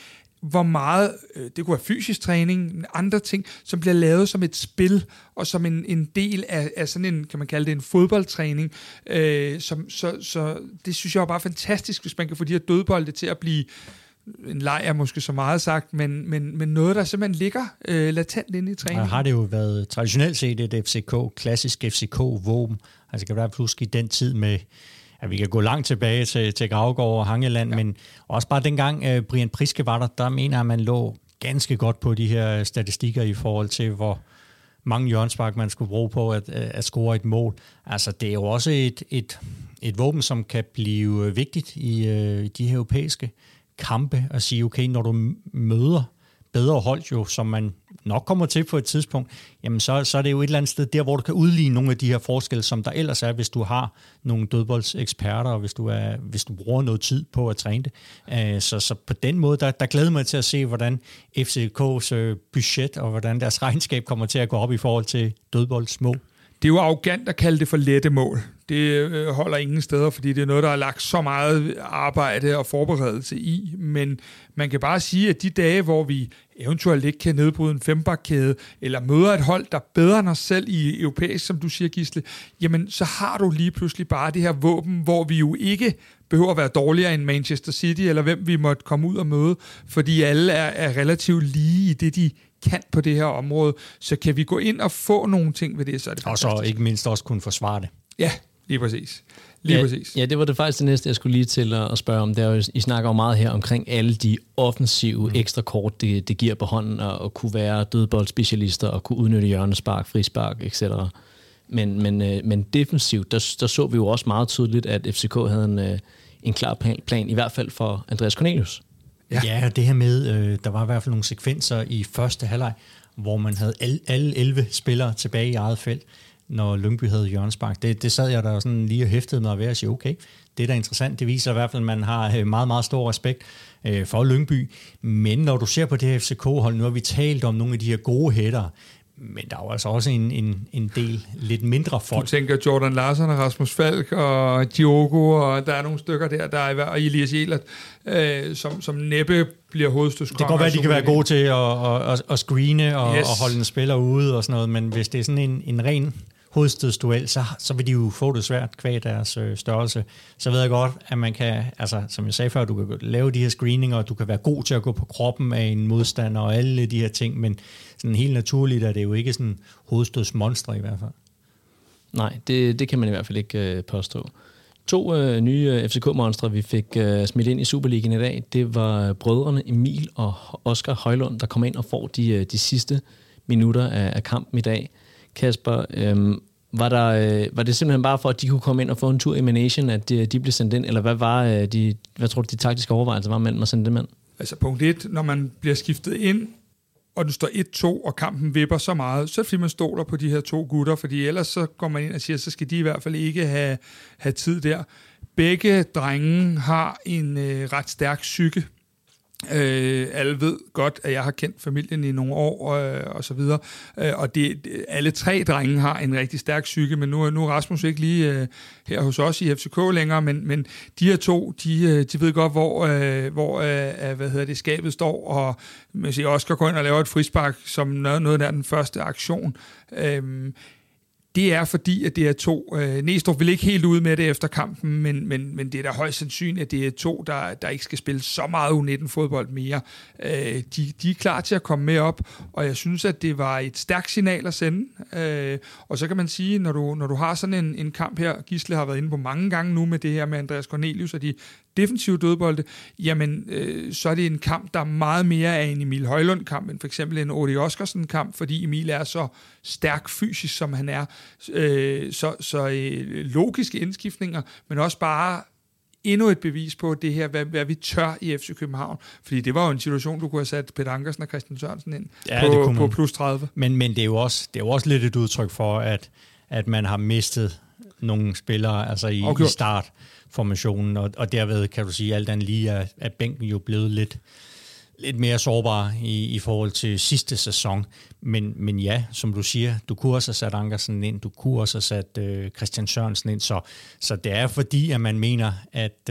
hvor meget, øh, det kunne være fysisk træning, andre ting, som bliver lavet som et spil, og som en, en del af, af sådan en, kan man kalde det, en fodboldtræning. Øh, som, så, så det synes jeg er bare fantastisk, hvis man kan få de her dødbolde til at blive en leg er måske så meget sagt, men, men, men noget, der simpelthen ligger øh, latent inde i træningen. Har det jo været traditionelt set et F C K, klassisk F C K-våben. Altså kan det være pludselig den tid med, at vi kan gå langt tilbage til, til Gravgaard og Hangeland, ja. Men også bare dengang uh, Brian Priske var der, der mener jeg, at man lå ganske godt på de her statistikker i forhold til, hvor mange hjørnespark man skulle bruge på at, at score et mål. Altså det er jo også et, et, et våben, som kan blive vigtigt i uh, de her europæiske kampe og sige, okay, når du møder bedre hold jo, som man nok kommer til på et tidspunkt, jamen så, så er det jo et eller andet sted der, hvor du kan udligne nogle af de her forskelle, som der ellers er, hvis du har nogle dødboldseksperter, og hvis du, er, hvis du bruger noget tid på at træne det. Så, så på den måde, der, der glæder mig til at se, hvordan F C K's budget og hvordan deres regnskab kommer til at gå op i forhold til dødboldsmål. Det er jo arrogant at kalde det for lette mål. Det holder ingen steder, fordi det er noget, der er lagt så meget arbejde og forberedelse i. Men man kan bare sige, at de dage, hvor vi eventuelt ikke kan nedbryde en fembakkæde, eller møder et hold, der er bedre end os selv i europæisk, som du siger, Gisle, jamen så har du lige pludselig bare det her våben, hvor vi jo ikke behøver at være dårligere end Manchester City, eller hvem vi måtte komme ud og møde, fordi alle er, er relativt lige i det, de kan på det her område. Så kan vi gå ind og få nogle ting ved det, så er det fantastisk. Og så ikke mindst også kunne forsvare det. Ja, lige præcis. Lige ja, præcis. Ja, det var det faktisk det næste, jeg skulle lige til at spørge om. Det er jo, I snakker jo meget her omkring alle de offensive mm. ekstra kort, det, det giver på hånden, og, og kunne være dødboldspecialister, og kunne udnytte hjørnespark, frispark, et cetera. Men, men, men defensivt, der, der så vi jo også meget tydeligt, at F C K havde en, en klar plan, plan, i hvert fald for Andreas Cornelius. Ja, ja det her med, øh, der var i hvert fald nogle sekvenser i første halvleg, hvor man havde alle, alle elleve spillere tilbage i eget felt, når Lyngby havde hjørnespark. Det, det sad jeg der sådan lige og hæftede mig ved at sige, okay, det er da interessant. Det viser i hvert fald, at man har meget, meget stor respekt øh, for Lyngby. Men når du ser på det her F C K-hold, nu har vi talt om nogle af de her gode hætter, men der er jo altså også en, en, en del lidt mindre folk. Du tænker Jordan Larsen og Rasmus Falk og Diogo, og der er nogle stykker der, der er, og Elias Jelert, øh, som, som næppe bliver hovedstødskonger. Det kan godt være, at de kan være gode til at, at, at screene og, yes. og holde en spiller ude og sådan noget, men hvis det er sådan en, en ren hovedstødsduel, så, så vil de jo få det svært kvæg deres øh, størrelse. Så ved jeg godt, at man kan, altså som jeg sagde før, du kan lave de her screeninger, og du kan være god til at gå på kroppen af en modstander og alle de her ting, men sådan helt naturligt er det jo ikke sådan hovedstødsmonstre i hvert fald. Nej, det, det kan man i hvert fald ikke øh, påstå. To øh, nye øh, F C K-monstre, vi fik øh, smidt ind i Superligaen i dag, det var brødrene Emil og Oscar Højlund, der kom ind og får de, øh, de sidste minutter af, af kampen i dag. Kasper, øhm, var, der, øh, var det simpelthen bare for, at de kunne komme ind og få en tur i Manation, at de, de blev sendt ind, eller hvad var øh, de, hvad tror du, de taktiske overvejelser var mellem at sende dem ind? Altså punkt et, når man bliver skiftet ind, og du står et to, og kampen vipper så meget, så er det fordi man stoler på de her to gutter, fordi ellers så går man ind og siger, så skal de i hvert fald ikke have, have tid der. Begge drenge har en øh, ret stærk psyke. Øh, alle ved godt, at jeg har kendt familien i nogle år øh, og så videre, øh, og det, alle tre drenge har en rigtig stærk psyke, men nu, nu er Rasmus ikke lige øh, her hos os i F C K længere, men, men de her to, de, de ved godt, hvor, øh, hvor øh, hvad hedder det, skabet står, og man siger, Oscar går ind og laver et frispark som noget, noget af den første aktion. Øh, Det er fordi, at det er to. Øh, Næstrup vil ikke helt ud med det efter kampen, men, men, men det er da højst sandsynligt, at det er to, der, der ikke skal spille så meget U nitten fodbold mere. Øh, de, de er klar til at komme med op, og jeg synes, at det var et stærkt signal at sende. Øh, og så kan man sige, når du, når du har sådan en, en kamp her, Gisle har været inde på mange gange nu med det her med Andreas Cornelius og de defensive dødbolde, jamen øh, så er det en kamp, der er meget mere af en Emil Højlund-kamp, end for eksempel en Odi Oscarsen-kamp, fordi Emil er så stærk fysisk, som han er. Øh, så så øh, logiske indskiftninger, men også bare endnu et bevis på det her, hvad, hvad vi tør i F C København. Fordi det var jo en situation, du kunne have sat Peter Ankersen og Christian Sørensen ind ja, på, på plus tredive. Men, men det, er jo også, det er jo også lidt et udtryk for, at, at man har mistet nogle spillere altså i, okay. i startformationen, og, og derved kan du sige, at alt andet lige er, er bænken jo blevet lidt, lidt mere sårbar i, i forhold til sidste sæson. Men, men ja, som du siger, du kunne også have sat Ankersen ind, du kunne også have sat øh, Christian Sørensen ind, så, så det er fordi, at man mener, at, øh,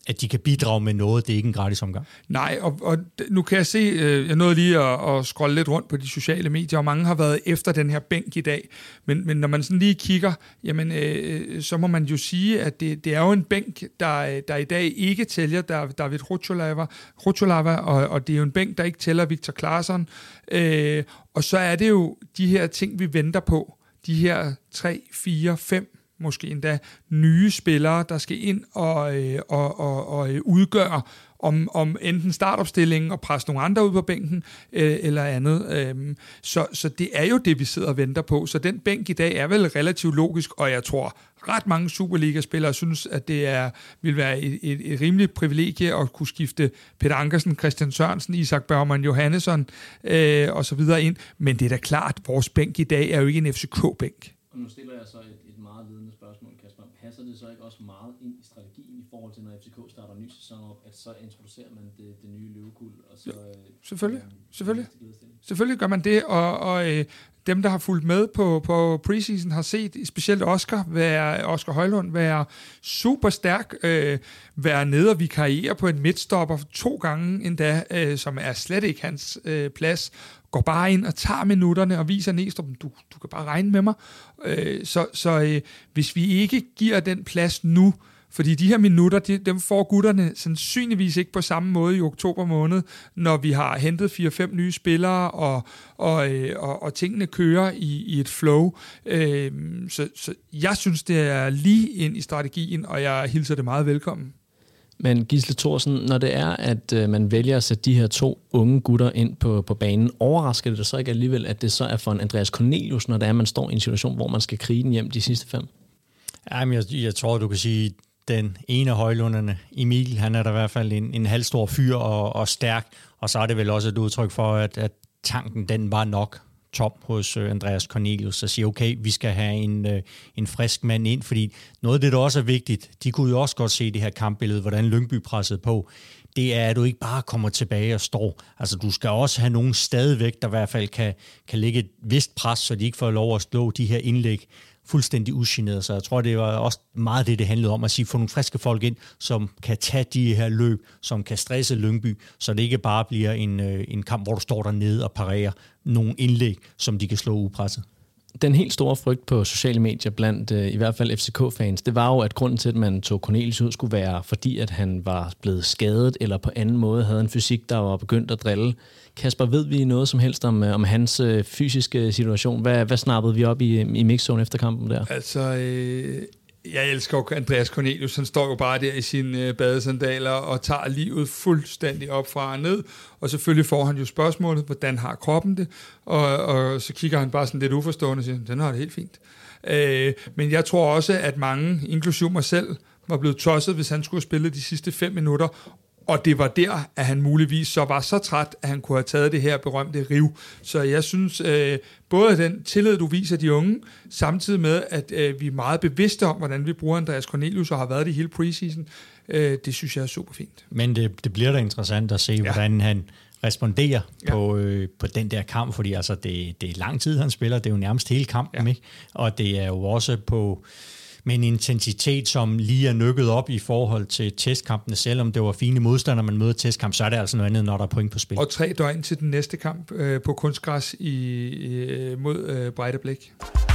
at de kan bidrage med noget. Det er ikke en gratis omgang. Nej, og, og nu kan jeg se, øh, jeg nåede lige at, at scrolle lidt rundt på de sociale medier, og mange har været efter den her bænk i dag. Men, men når man sådan lige kigger, jamen, øh, så må man jo sige, at det, det er jo en bænk, der, der i dag ikke tæller der, David Rucholava, Rucholava og, og det er jo en bænk, der ikke tæller Viktor Claesson. Øh, og så er det jo de her ting, vi venter på. De her tre, fire, fem måske endda nye spillere, der skal ind og, øh, og, og, og udgøre om, om enten startopstillingen og presse nogle andre ud på bænken øh, eller andet. Øhm, så, så det er jo det, vi sidder og venter på. Så den bænk i dag er vel relativt logisk, og jeg tror, ret mange Superliga-spillere synes, at det er, vil være et, et, et rimeligt privilegie at kunne skifte Peter Ankersen, Christian Sørensen, Isak Bergman Johannesson øh, og så videre ind. Men det er da klart, at vores bænk i dag er jo ikke en F C K-bænk. Og nu stiller jeg så et, et meget ledende spørgsmål, Kasper. Passer det så ikke også meget ind i strategien i forhold til, når F C K starter en ny sæson op, at så introducerer man det, det nye løvekuld? Og så, ja, selvfølgelig, øh, selvfølgelig. Det selvfølgelig gør man det, og, og øh, dem, der har fulgt med på, på preseason, har set specielt Oscar, være, Oscar Højlund være super stærk, øh, være nede og vikariere på en midtstopper to gange endda, øh, som er slet ikke hans øh, plads, går bare ind og tager minutterne og viser Næstrup, du, du kan bare regne med mig. Øh, så så øh, hvis vi ikke giver den plads nu, fordi de her minutter, de, dem får gutterne sandsynligvis ikke på samme måde i oktober måned, når vi har hentet fire fem nye spillere, og, og, øh, og, og tingene kører i, i et flow. Øh, så, så jeg synes, det er lige ind i strategien, og jeg hilser det meget velkommen. Men Gisle Thorsen, når det er, at øh, man vælger at sætte de her to unge gutter ind på, på banen, overrasker det så ikke alligevel, at det så er for en Andreas Cornelius, når det er, at man står i en situation, hvor man skal krige den hjem de sidste fem? Jamen, jeg, jeg tror, du kan sige, den ene af højlunderne, Emil, han er der i hvert fald en, en halvstor fyr og, og stærk, og så er det vel også et udtryk for, at, at tanken, den var nok tom hos Andreas Cornelius, så siger, okay, vi skal have en, en frisk mand ind, fordi noget af det, der også er vigtigt, de kunne jo også godt se det her kampbillede, hvordan Lyngby pressede på, det er, at du ikke bare kommer tilbage og står. Altså, du skal også have nogen stadigvæk, der i hvert fald kan, kan lægge et vist pres, så de ikke får lov at slå de her indlæg fuldstændig ugeneret. Så jeg tror, det var også meget det, det handlede om, at sige, få nogle friske folk ind, som kan tage de her løb, som kan stresse Lyngby, så det ikke bare bliver en, en kamp, hvor du står dernede og parerer nogle indlæg, som de kan slå upresset. Den helt store frygt på sociale medier blandt øh, i hvert fald F C K-fans, det var jo, at grunden til, at man tog Cornelius ud, skulle være, fordi at han var blevet skadet, eller på anden måde havde en fysik, der var begyndt at drille. Kasper, ved vi noget som helst om, om hans øh, fysiske situation? Hvad, hvad snappede vi op i, i mixzone efter kampen der? Altså, øh, jeg elsker jo Andreas Cornelius. Han står jo bare der i sine øh, badesandaler og tager livet fuldstændig op fra og ned. Og selvfølgelig får han jo spørgsmålet, hvordan har kroppen det? Og, og så kigger han bare sådan lidt uforstående og siger, den har det helt fint. Øh, men jeg tror også, at mange, inklusive mig selv, var blevet tosset, hvis han skulle spille de sidste fem minutter. Og det var der, at han muligvis så var så træt, at han kunne have taget det her berømte riv. Så jeg synes, øh, både den tillid, du viser de unge, samtidig med, at øh, vi er meget bevidste om, hvordan vi bruger Andreas Cornelius, og har været det hele preseason, øh, det synes jeg er super fint. Men det, det bliver da interessant at se, ja. hvordan han responderer ja. på, øh, på den der kamp, fordi altså, det, det er lang tid, han spiller. Det er jo nærmest hele kampen, ja. ikke? Og det er jo også på med en intensitet, som lige er nykket op i forhold til testkampene. Selvom det var fine modstandere, man møder testkamp, så er det altså noget andet, når der er point på spil. Og tre døgn til den næste kamp øh, på kunstgræs i, i, mod øh, Breite Blik.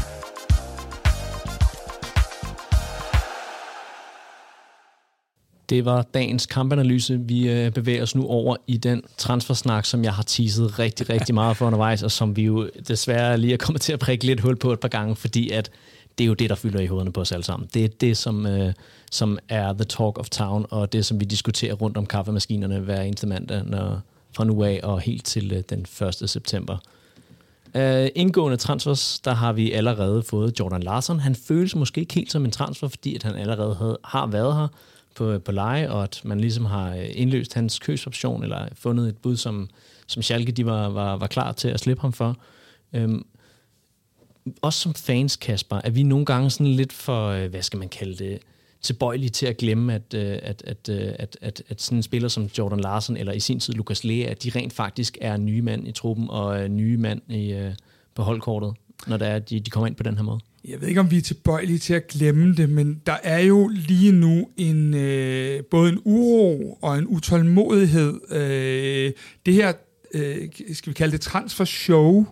Det var dagens kampanalyse. Vi øh, bevæger os nu over i den transfersnak, som jeg har teaset rigtig, rigtig meget for undervejs, og som vi jo desværre lige er kommet til at prikke lidt hul på et par gange, fordi at det er jo det, der fylder i hovederne på os alle sammen. Det er det, som, øh, som er the talk of town, og det, som vi diskuterer rundt om kaffemaskinerne hver eneste mandag, når, fra nu af og helt til øh, den første september. Uh, indgående transfers, der har vi allerede fået Jordan Larsson. Han føles måske ikke helt som en transfer, fordi at han allerede havde, har været her på, på leje, og at man ligesom har indløst hans købsoption, eller fundet et bud, som, som Schalke de var, var, var klar til at slippe ham for. Um, Også som fans, Kasper, er vi nogle gange sådan lidt for, hvad skal man kalde det, tilbøjelige til at glemme, at, at, at, at, at, at sådan en spiller som Jordan Larsson, eller i sin tid Lukas Lea, at de rent faktisk er nye mand i truppen, og nye mand i, på holdkortet, når det er, at de, de kommer ind på den her måde. Jeg ved ikke, om vi er tilbøjelige til at glemme det, men der er jo lige nu en øh, både en uro og en utålmodighed. Øh, det her, øh, skal vi kalde det transfer-show,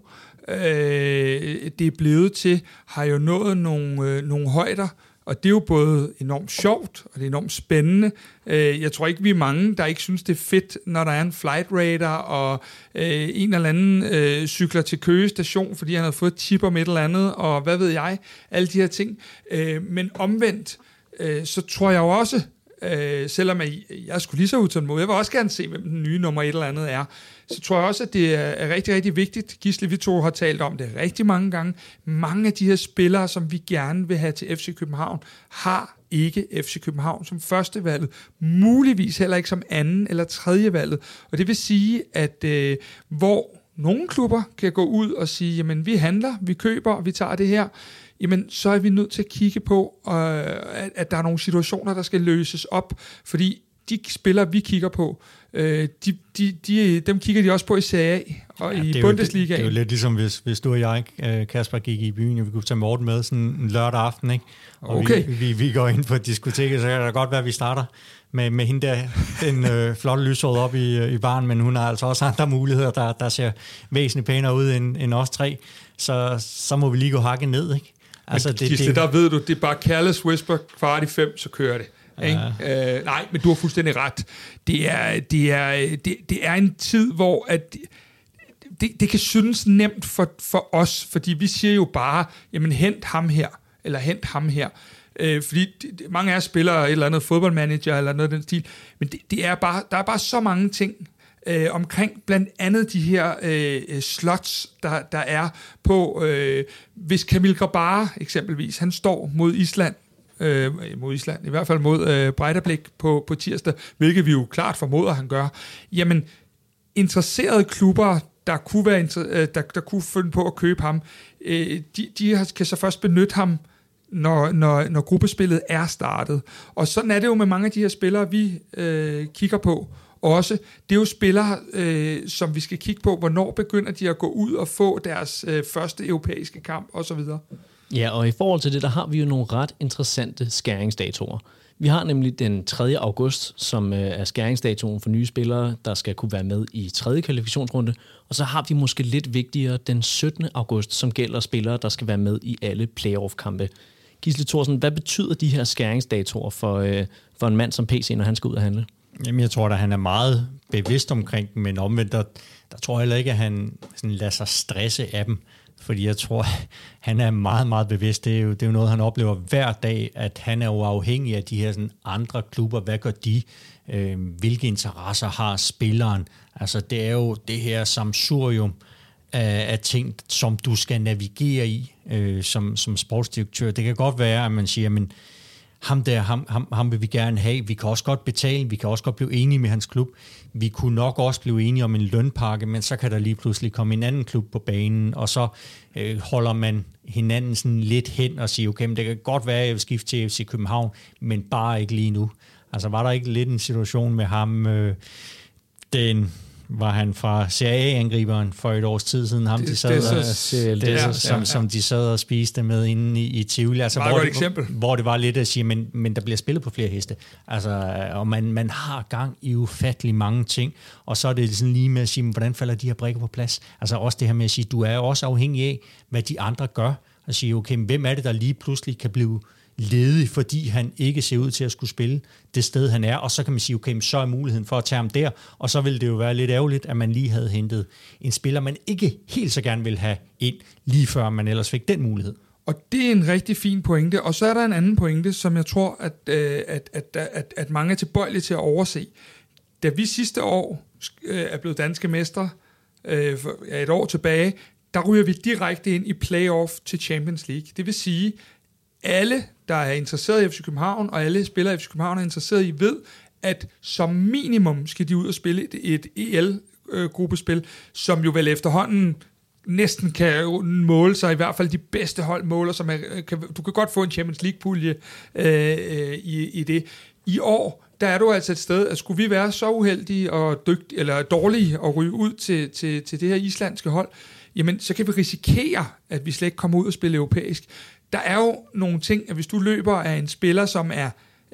øh, det er blevet til, har jo nået nogle, øh, nogle højder, og det er jo både enormt sjovt, og det er enormt spændende. Jeg tror ikke, vi er mange, der ikke synes, det er fedt, når der er en flight radar, og øh, en eller anden øh, cykler til Køge station, fordi han havde fået et chip om et eller andet, og hvad ved jeg, alle de her ting. Øh, men omvendt, øh, så tror jeg jo også, øh, selvom jeg, jeg skulle lige så utålmodig, jeg vil også gerne se, hvem den nye nummer et eller andet er, så tror jeg også, at det er rigtig, rigtig vigtigt. Gisle, vi to har talt om det rigtig mange gange. Mange af de her spillere, som vi gerne vil have til F C København, har ikke F C København som første valget, muligvis heller ikke som anden eller tredje valget. Og det vil sige, at øh, hvor nogle klubber kan gå ud og sige, jamen vi handler, vi køber, vi tager det her, jamen så er vi nødt til at kigge på, øh, at, at der er nogle situationer, der skal løses op, fordi de spillere, vi kigger på, øh, de, de, de, dem kigger de også på i Serie A og ja, i Bundesligaen. Det, det er jo lidt ligesom, hvis, hvis du og jeg, Kasper, gik i byen, og vi kunne tage Morten med sådan en lørdag aften, ikke? Og okay. vi, vi, vi går ind på diskoteket, så kan det godt være, at vi starter med, med hende der, den øh, flotte lyshåret op i, i baren, men hun har altså også andre muligheder, der, der ser væsentligt pænere ud end, end os tre. Så, så må vi lige gå hakket ned, ikke? Altså, men, det, Gisle, det, der ved du, det er bare careless whisper, kvart i fem, så kører det. Ja. Øh, nej, men du har fuldstændig ret. Det er, det er, det, det er en tid, hvor at det, det kan synes nemt for, for os, fordi vi siger jo bare, jamen hent ham her, eller hent ham her. Øh, fordi det, mange af os spiller et eller andet fodboldmanager, eller noget af den stil, men det, det er bare, der er bare så mange ting øh, omkring, blandt andet de her øh, slots, der, der er på, øh, hvis Kamil Grabara eksempelvis, han står mod Island, Øh, mod Island, i hvert fald mod øh, Breidablik på, på tirsdag, hvilket vi jo klart formoder, han gør. Jamen, interesserede klubber, der kunne, være inter- øh, der, der kunne finde på at købe ham, øh, de, de kan så først benytte ham, når, når, når gruppespillet er startet. Og sådan er det jo med mange af de her spillere, vi øh, kigger på også. Det er jo spillere, øh, som vi skal kigge på, hvornår begynder de at gå ud og få deres øh, første europæiske kamp, osv. Ja, og i forhold til det, der har vi jo nogle ret interessante skæringsdatoer. Vi har nemlig den tredje august, som er skæringsdatoen for nye spillere, der skal kunne være med i tredje kvalifikationsrunde. Og så har vi måske lidt vigtigere den syttende august, som gælder spillere, der skal være med i alle playoff-kampe. Gisle Thorsen, hvad betyder de her skæringsdatoer for, for en mand som P C, når han skal ud og handle? Jamen, jeg tror da, han er meget bevidst omkring dem, men omvendt, der, der tror jeg heller ikke, at han sådan lader sig stresse af dem. Fordi jeg tror, han er meget, meget bevidst. Det er, jo, det er jo noget, han oplever hver dag, at han er jo afhængig af de her sådan, andre klubber. Hvad gør de? Øh, hvilke interesser har spilleren? Altså, det er jo det her sammensurium af, af ting, som du skal navigere i øh, som, som sportsdirektør. Det kan godt være, at man siger, men ham der, ham, ham, ham vil vi gerne have. Vi kan også godt betale, vi kan også godt blive enige med hans klub. Vi kunne nok også blive enige om en lønpakke, men så kan der lige pludselig komme en anden klub på banen, og så øh, holder man hinanden sådan lidt hen og siger, okay, men det kan godt være, at jeg vil skifte til F C København, men bare ikke lige nu. Altså var der ikke lidt en situation med ham, øh, den... var han fra Serie A-angriberen for et års tid siden, ham, det, de sad det, og, det, det, ja, ja, som, ja. som de sad og spiste med inde i, i Tivoli. Altså, hvor, det, hvor, hvor det var lidt at sige, men, men der bliver spillet på flere heste. Altså, og man, man har gang i ufattelig mange ting, og så er det sådan lige med at sige, hvordan falder de her brikker på plads? Altså også det her med at sige, du er også afhængig af, hvad de andre gør, og sige, okay, hvem er det, der lige pludselig kan blive ledig, fordi han ikke ser ud til at skulle spille det sted, han er, og så kan man sige, okay, så er muligheden for at tage ham der, og så vil det jo være lidt ærgerligt, at man lige havde hentet en spiller, man ikke helt så gerne vil have ind, lige før man ellers fik den mulighed. Og det er en rigtig fin pointe, og så er der en anden pointe, som jeg tror, at, øh, at, at, at, at mange er tilbøjelige til at overse. Da vi sidste år øh, er blevet danske mestre, øh, for, ja, et år tilbage, der ryger vi direkte ind i playoff til Champions League. Det vil sige, alle, der er interesseret i F C København, og alle spillere i F C København er interesseret i, ved, at som minimum skal de ud og spille et, et E L-gruppespil, som jo vel efterhånden næsten kan måle sig, i hvert fald de bedste hold måler, som er, kan, du kan godt få en Champions League-pulje øh, i, i det. I år, der er du altså et sted, at skulle vi være så uheldige og dygtige, eller dårlige og ryge ud til, til, til det her islandske hold, jamen så kan vi risikere, at vi slet ikke kommer ud og spille europæisk. der er jo nogle ting, at hvis du løber af en spiller, som er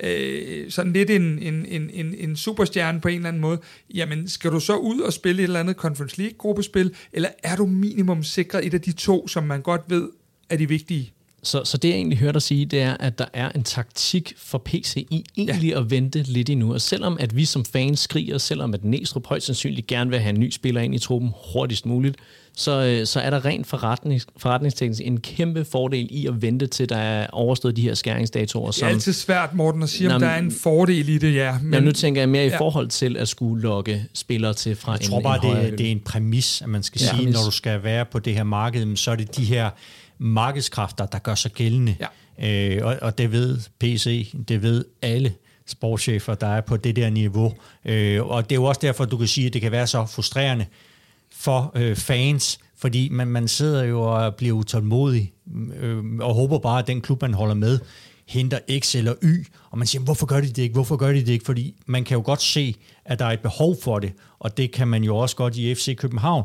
øh, sådan lidt en, en, en, en, en superstjerne på en eller anden måde, jamen skal du så ud og spille et eller andet Conference League-gruppespil, eller er du minimum sikret et af de to, som man godt ved er de vigtige? Så, så det, jeg egentlig hørte dig sige, det er, at der er en taktik for P C i egentlig ja. at vente lidt endnu. Og selvom at vi som fans skriger, selvom at Næstrup højst sandsynligt gerne vil have en ny spiller ind i truppen hurtigst muligt, så, så er der rent forretnings, forretningsteknisk en kæmpe fordel i at vente til, der er overstået de her skæringsdatoer. Det er altid svært, Morten, at sige, om der er en fordel i det, ja. Men nu tænker jeg mere i ja. forhold til at skulle lokke spillere til fra jeg en Jeg tror bare, en det, det er en præmis, at man skal ja. sige, præmis. når du skal være på det her marked, så er det de her markedskræfter, der gør sig gældende. Ja. Øh, og, og det ved P C, det ved alle sportschefer, der er på det der niveau. Øh, og det er jo også derfor, du kan sige, at det kan være så frustrerende for øh, fans, fordi man, man sidder jo og bliver utålmodig øh, og håber bare, at den klub, man holder med, henter X eller Y, og man siger, hvorfor gør de det ikke, hvorfor gør de det ikke, fordi man kan jo godt se, at der er et behov for det, og det kan man jo også godt i F C København,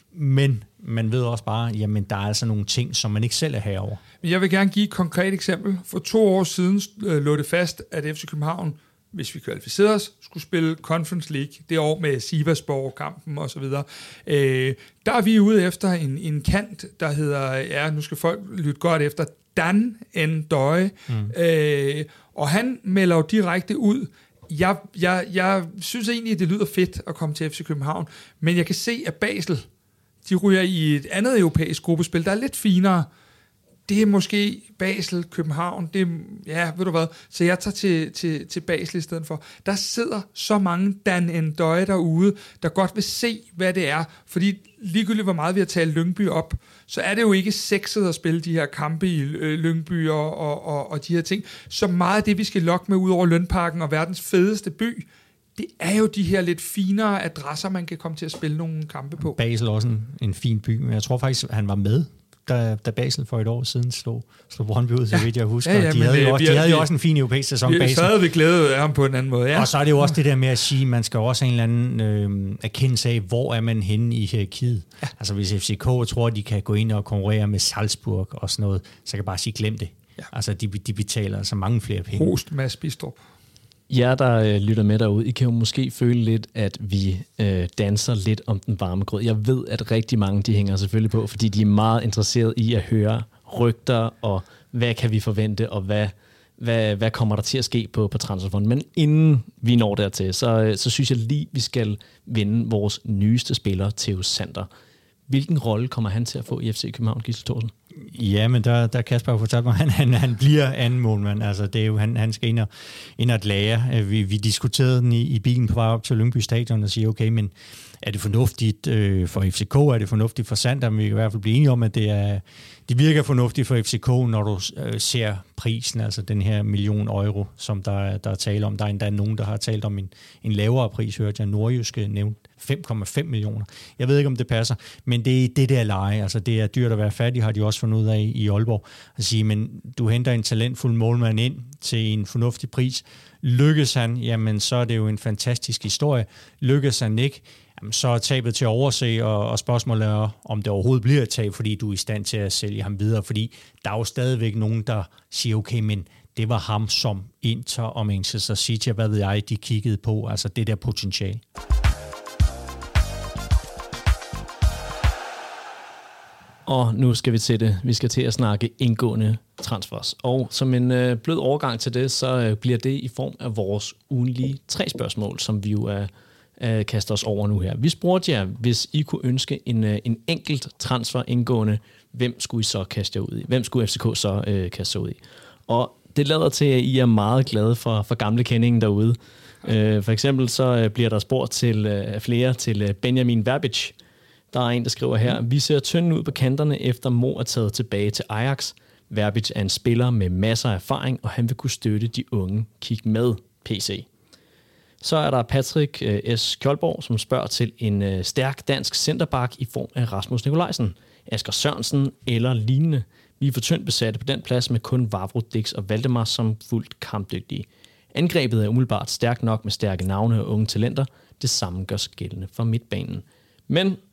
men man ved også bare, jamen der er altså nogle ting, som man ikke selv er herover. Jeg vil gerne give et konkret eksempel. For to år siden øh, lå det fast, at F C København, hvis vi kvalificerede os, skulle spille Conference League det år med Sivasborg-kampen og så videre. Øh, der er vi ude efter en, en kant, der hedder, ja, nu skal folk lytte godt efter, Dan Ndøje. Mm. Øh, og han melder jo direkte ud, jeg, jeg, jeg synes egentlig, det lyder fedt at komme til F C København, men jeg kan se, at Basel, de ryger i et andet europæisk gruppespil, der er lidt finere. Det er måske Basel, København, det er, ja, ved du hvad, så jeg tager til, til, til Basel i stedet for. Der sidder så mange Dan Ndøje derude, der godt vil se, hvad det er, fordi ligegyldigt hvor meget vi har talt Lyngby op, så er det jo ikke sexet at spille de her kampe i øh, Lyngby og, og, og, og de her ting. Så meget af det, vi skal lokke med ud over Lønparken og verdens fedeste by, det er jo de her lidt finere adresser, man kan komme til at spille nogle kampe på. Basel er også en, en fin by, men jeg tror faktisk, han var med, da, da Basel for et år siden slog, slog Brøndby ud, så vidt jeg husker. Ja, ja, de havde, vi, jo, også, de havde jo også en fin europæisk sæson, vi, Basel. Så havde vi glædet af ham på en anden måde, ja. Og så er det jo også det der med at sige, man skal også have en eller anden øh, erkendelse af, hvor er man henne i hierarkiet. Ja. Altså hvis F C K tror, de kan gå ind og konkurrere med Salzburg og sådan noget, så kan jeg bare sige, glem det. Ja. Altså de, de betaler altså mange flere penge. Prost, Mads Bistrup. Jer, der øh, lytter med derude, I kan jo måske føle lidt, at vi øh, danser lidt om den varme grød. Jeg ved, at rigtig mange de hænger selvfølgelig på, fordi de er meget interesserede i at høre rygter, og hvad kan vi forvente, og hvad, hvad, hvad kommer der til at ske på, på transferfonden. Men inden vi når dertil, så, så synes jeg lige, vi skal vinde vores nyeste spiller, Theo Sander. Hvilken rolle kommer han til at få i F C København, Gisle Thorsen? Ja, men der, der Kasper har fortalt mig, han, han, han bliver anden målmand. Altså, det er jo, han, han skal ind og, ind og lære. Vi, vi diskuterede den i, i bilen på vej op til Lyngby Stadion og siger, okay, men er det fornuftigt øh, for F C K? Er det fornuftigt for Sander? Men vi kan i hvert fald blive enige om, at det, er, det virker fornuftigt for F C K, når du øh, ser prisen, altså den her million euro, som der, der er tale om. Der er endda nogen, der har talt om en, en lavere pris, hørte jeg Nordjyske nævnt fem komma fem millioner. Jeg ved ikke, om det passer, men det er det der leje. Altså, det er dyrt at være fattig, har de også fundet ud af i Aalborg. At sige, men du henter en talentfuld målmand ind til en fornuftig pris. Lykkes han, jamen så er det jo en fantastisk historie. Lykkes han ikke, jamen, så er tabet til at overse, og, og spørgsmålet er, om det overhovedet bliver et tab, fordi du er i stand til at sælge ham videre. Fordi der er jo stadigvæk nogen, der siger, okay, men det var ham, som Inter og Manchester City, hvad ved jeg, de kiggede på. Altså det der potentiale. Og nu skal vi til det. Vi skal til at snakke indgående transfers. Og som en øh, blød overgang til det, så øh, bliver det i form af vores ugenlige tre spørgsmål, som vi jo er, øh, kaster os over nu her. Vi spurgte jer, hvis I kunne ønske en, øh, en enkelt transfer indgående, hvem skulle I så kaste jer ud i? Hvem skulle F C K så øh, kaste sig ud i? Og det lader til, at I er meget glade for, for gamle kendingen derude. Øh, for eksempel så øh, bliver der spurgt til øh, flere til øh, Benjamin Verbic. Der er en, der skriver her, vi ser tynde ud på kanterne, efter Mo er taget tilbage til Ajax. Verbic er en spiller med masser af erfaring, og han vil kunne støtte de unge. Kig med, P C. Så er der Patrick øh, S. Kjoldborg, som spørger til en øh, stærk dansk centerback i form af Rasmus Nikolajsen, Asger Sørensen eller lignende. Vi er for tyndt besatte på den plads med kun Vavro, Dix og Valdemar som fuldt kampdygtige. Angrebet er umiddelbart stærkt nok med stærke navne og unge talenter. Det samme gør sig gældende for midtbanen. Men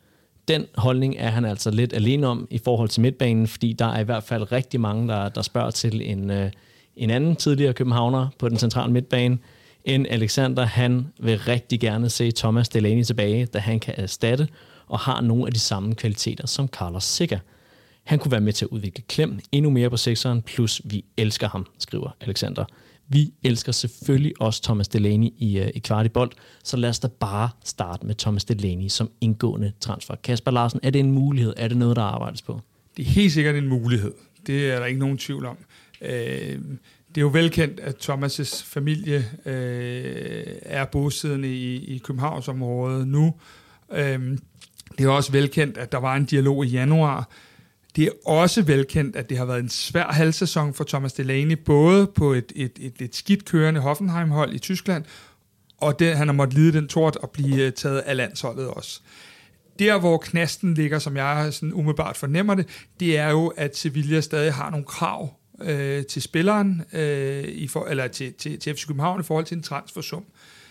den holdning er han altså lidt alene om i forhold til midtbanen, fordi der er i hvert fald rigtig mange, der, der spørger til en, øh, en anden tidligere københavner på den centrale midtbane, end Alexander. Han vil rigtig gerne se Thomas Delaney tilbage, da han kan erstatte og har nogle af de samme kvaliteter som Carlos Sikker. Han kunne være med til at udvikle Klem endnu mere på sekseren, plus vi elsker ham, skriver Alexander. Vi elsker selvfølgelig også Thomas Delaney i, uh, i Kvartibold, så lad os da bare starte med Thomas Delaney som indgående transfer. Kasper Larsen, er det en mulighed? Er det noget, der arbejdes på? Det er helt sikkert en mulighed. Det er der ikke nogen tvivl om. Øh, det er jo velkendt, at Thomas' familie øh, er bosiddende i, i Københavnsområdet nu. Øh, det er også velkendt, at der var en dialog i januar. Det er også velkendt, at det har været en svær halvsæson for Thomas Delaney, både på et, et, et, et skidt kørende Hoffenheim-hold i Tyskland, og det, han har måttet lide den tort og blive taget af landsholdet også. Der, hvor knasten ligger, som jeg sådan umiddelbart fornemmer det, det er jo, at Sevilla stadig har nogle krav øh, til spilleren, øh, i for, eller til, til, til F C København i forhold til en transfersum.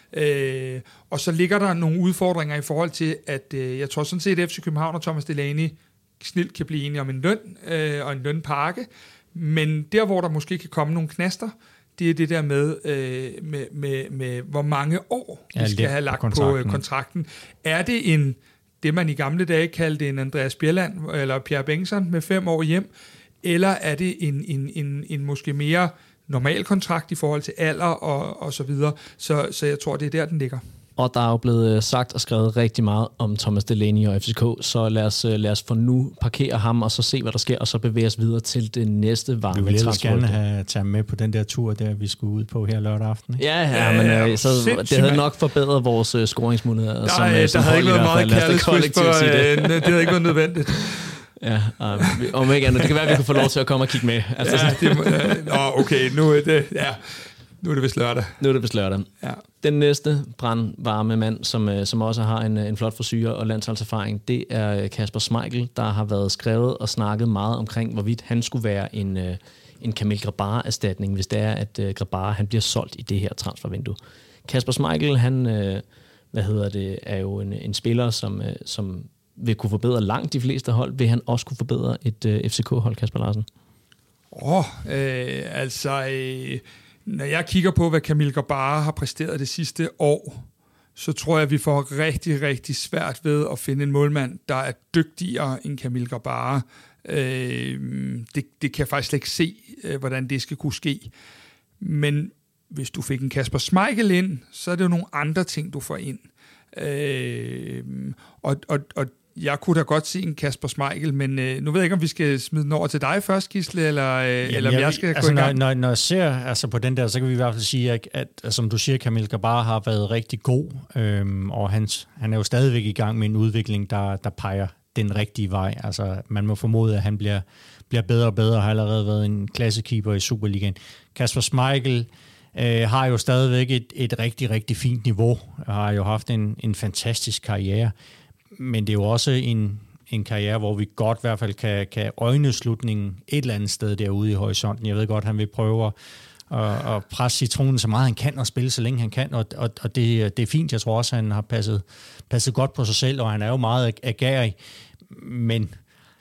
Øh, og så ligger der nogle udfordringer i forhold til, at øh, jeg tror sådan set, at F C København og Thomas Delaney snilt kan blive enige om en løn øh, og en lønpakke, men der, hvor der måske kan komme nogle knaster, det er det der med, øh, med, med, med hvor mange år ja, vi skal have lagt på kontrakten. på kontrakten. Er det en, det man i gamle dage kaldte en Andreas Bjelland eller Pierre Bengtsson med fem år hjem, eller er det en, en, en, en måske mere normal kontrakt i forhold til alder og, og så videre. Så, så jeg tror, det er der, den ligger. Og der er jo blevet sagt og skrevet rigtig meget om Thomas Delaney og F C K, så lad os, lad os for nu parkere ham, og så se, hvad der sker, og så bevæge os videre til det næste varme. Vi vil ellers gerne have taget med på den der tur, der vi skulle ud på her lørdag aften. Ikke? Ja, ja, men ja, så, det havde nok forbedret vores uh, scoringsmuligheder. Der, som, der som havde ikke været meget kærlighedsfuldt for, det. det havde ikke været nødvendigt. Ja, um, om ikke andet. Det kan være, at vi kan få lov til at komme og kigge med. Altså, ja, det må, uh, okay, nu er det... Ja. Nu er det vist lørdag. Nu er det vist lørdag. Ja. Den næste brandvarme mand, som, som også har en, en flot frisyre og landsholdserfaring, det er Kasper Schmeichel, der har været skrevet og snakket meget omkring, hvorvidt han skulle være en, en Kamil Grabara-erstatning, hvis det er, at Grabara han bliver solgt i det her transfervindue. Kasper Schmeichel, han hvad hedder det, er jo en, en spiller, som, som vil kunne forbedre langt de fleste hold. Vil han også kunne forbedre et F C K-hold, Kasper Larsen? Åh, oh, øh, altså... Øh Når jeg kigger på, hvad Kamil Grabara har præsteret det sidste år, så tror jeg, at vi får rigtig, rigtig svært ved at finde en målmand, der er dygtigere end Kamil Grabara. Øh, det, det kan jeg faktisk slet ikke se, hvordan det skal kunne ske. Men hvis du fik en Kasper Schmeichel ind, så er det jo nogle andre ting, du får ind. Øh, og, og, og jeg kunne da godt se en Kasper Schmeichel, men øh, nu ved jeg ikke, om vi skal smide den over til dig først, Gisle, eller, øh, Jamen, eller om jeg, jeg skal altså, gå i gang. Når, når jeg ser altså, på den der, så kan vi i hvert fald sige, at, at, at som du siger, Kamil Grabara har været rigtig god, øhm, og hans, han er jo stadigvæk i gang med en udvikling, der, der peger den rigtige vej. Altså, man må formode, at han bliver, bliver bedre og bedre, og har allerede været en klassekeeper i Superligaen. Kasper Schmeichel øh, har jo stadigvæk et, et rigtig, rigtig fint niveau, og har jo haft en, en fantastisk karriere. Men det er jo også en, en karriere, hvor vi godt i hvert fald kan, kan øjne slutningen et eller andet sted derude i horisonten. Jeg ved godt, han vil prøve at, at presse citronen så meget han kan, og spille så længe han kan, og, og, og det, det er fint. Jeg tror også, han har passet, passet godt på sig selv, og han er jo meget agerig. Men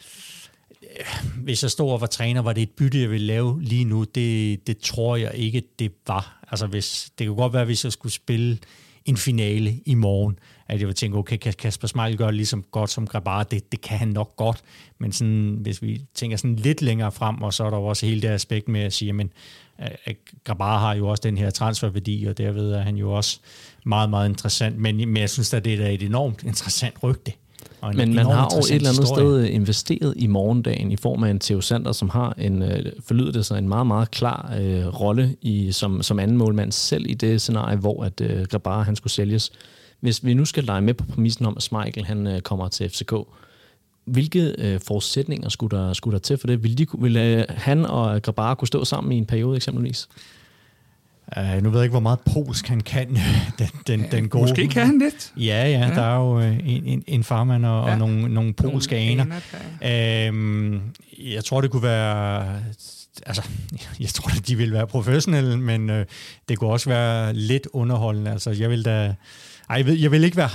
hvis jeg stod og var træner, var det et bytte, jeg ville lave lige nu? Det, det tror jeg ikke, det var. Altså, hvis, det kunne godt være, hvis jeg skulle spille en finale i morgen, at jeg vil tænke, okay, kan Kasper Schmeichel gøre det ligesom godt som Grabara? Det, det kan han nok godt, men sådan, hvis vi tænker sådan lidt længere frem, og så er der også hele det aspekt med at sige, men at Grabara har jo også den her transferværdi, og derved er han jo også meget, meget interessant, men, men jeg synes, at det er et enormt interessant rygte. Men man har jo et eller andet historie. Sted investeret i morgendagen i form af en Theo Sander, som har en, øh, forlyder det sig, en meget, meget klar øh, rolle i, som, som anden målmand selv i det scenarie, hvor at øh, Grabara han skulle sælges. Hvis vi nu skal lege med på præmissen om, at Schmeichel han øh, kommer til F C K, hvilke øh, forudsætninger skulle der, skulle der til for det? Vil, de, vil øh, han og Grabara kunne stå sammen i en periode eksempelvis? Uh, nu ved jeg ikke, hvor meget polsk han kan, den, den, ja, den gode. Måske kan han lidt. Ja, ja, ja. Der er jo en, en, en farmand og, ja. og nogle, nogle polske aner. aner uh, jeg tror, det kunne være... Altså, jeg tror, at de vil være professionelle, men uh, det kunne også være lidt underholdende. Altså, jeg vil da... Ej, jeg, ved, jeg vil ikke være ham,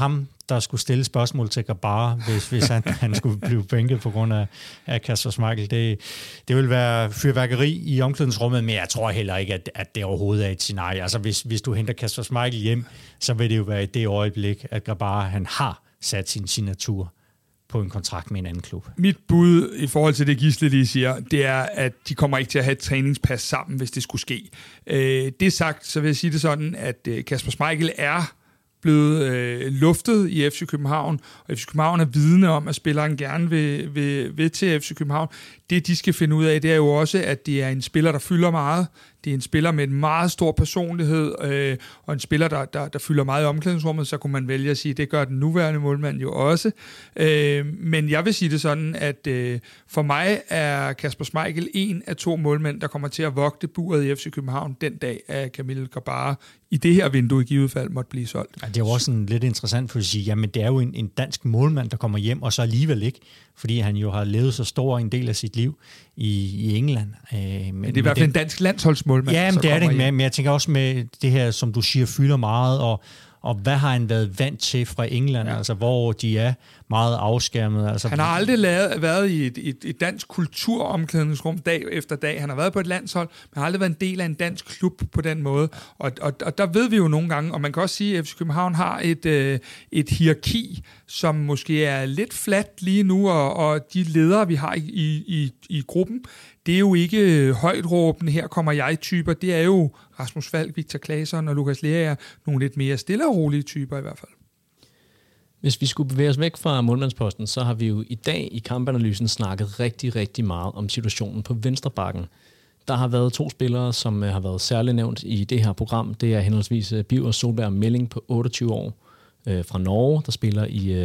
der skulle stille spørgsmål til Grabara, hvis, hvis han, han skulle blive bænket på grund af, af Kasper Schmeichel. Det, det vil være fyrværkeri i omklædningsrummet, men jeg tror heller ikke, at, at det overhovedet er et scenarie. Altså, hvis, hvis du henter Kasper Schmeichel hjem, så vil det jo være i det øjeblik, at Grabara han har sat sin signatur på en kontrakt med en anden klub. Mit bud i forhold til det, Gisle lige siger, det er, at de kommer ikke til at have et træningspas sammen, hvis det skulle ske. Øh, det sagt, så vil jeg sige det sådan, at Kasper Schmeichel er blevet øh, luftet i F C København, og F C København er vidne om, at spilleren gerne vil, vil, vil til F C København. Det, de skal finde ud af, det er jo også, at det er en spiller, der fylder meget. Det er en spiller med en meget stor personlighed, øh, og en spiller, der, der, der fylder meget i omklædningsrummet, så kunne man vælge at sige, at det gør den nuværende målmand jo også. Øh, men jeg vil sige det sådan, at øh, for mig er Kasper Schmeichel en af to målmænd, der kommer til at vogte buret i F C København den dag, at Kamil Grabara i det her vindue i givet fald måtte blive solgt. Ja, det er jo også sådan lidt interessant for at sige, jamen det er jo en, en dansk målmand, der kommer hjem, og så alligevel ikke, fordi han jo har levet så stor en del af sit liv i, i England. Øh, men, men det er i hvert fald en dansk landsholdsmålmand. Ja, men det er det, med, men jeg tænker også med det her, som du siger, fylder meget, og, og hvad har han været vant til fra England, ja. Altså hvor de er meget afskærmet. Altså, han har aldrig lavet, været i et, et, et dansk kulturomklædningsrum dag efter dag. Han har været på et landshold, men har aldrig været en del af en dansk klub på den måde. Og, og, og der ved vi jo nogle gange, og man kan også sige, at F C København har et, øh, et hierarki, som måske er lidt fladt lige nu, og, og de ledere, vi har i, i, i gruppen, det er jo ikke højt råbende, her kommer jeg-typer. Det er jo Rasmus Falk, Victor Claesson og Lukas Lea, nogle lidt mere stille og rolige typer i hvert fald. Hvis vi skulle bevæge os væk fra målmandsposten, så har vi jo i dag i kampanalysen snakket rigtig, rigtig meget om situationen på venstrebakken. Der har været to spillere, som har været særligt nævnt i det her program. Det er henholdsvis Biver Solberg Melling på otteogtyve år øh, fra Norge, der spiller i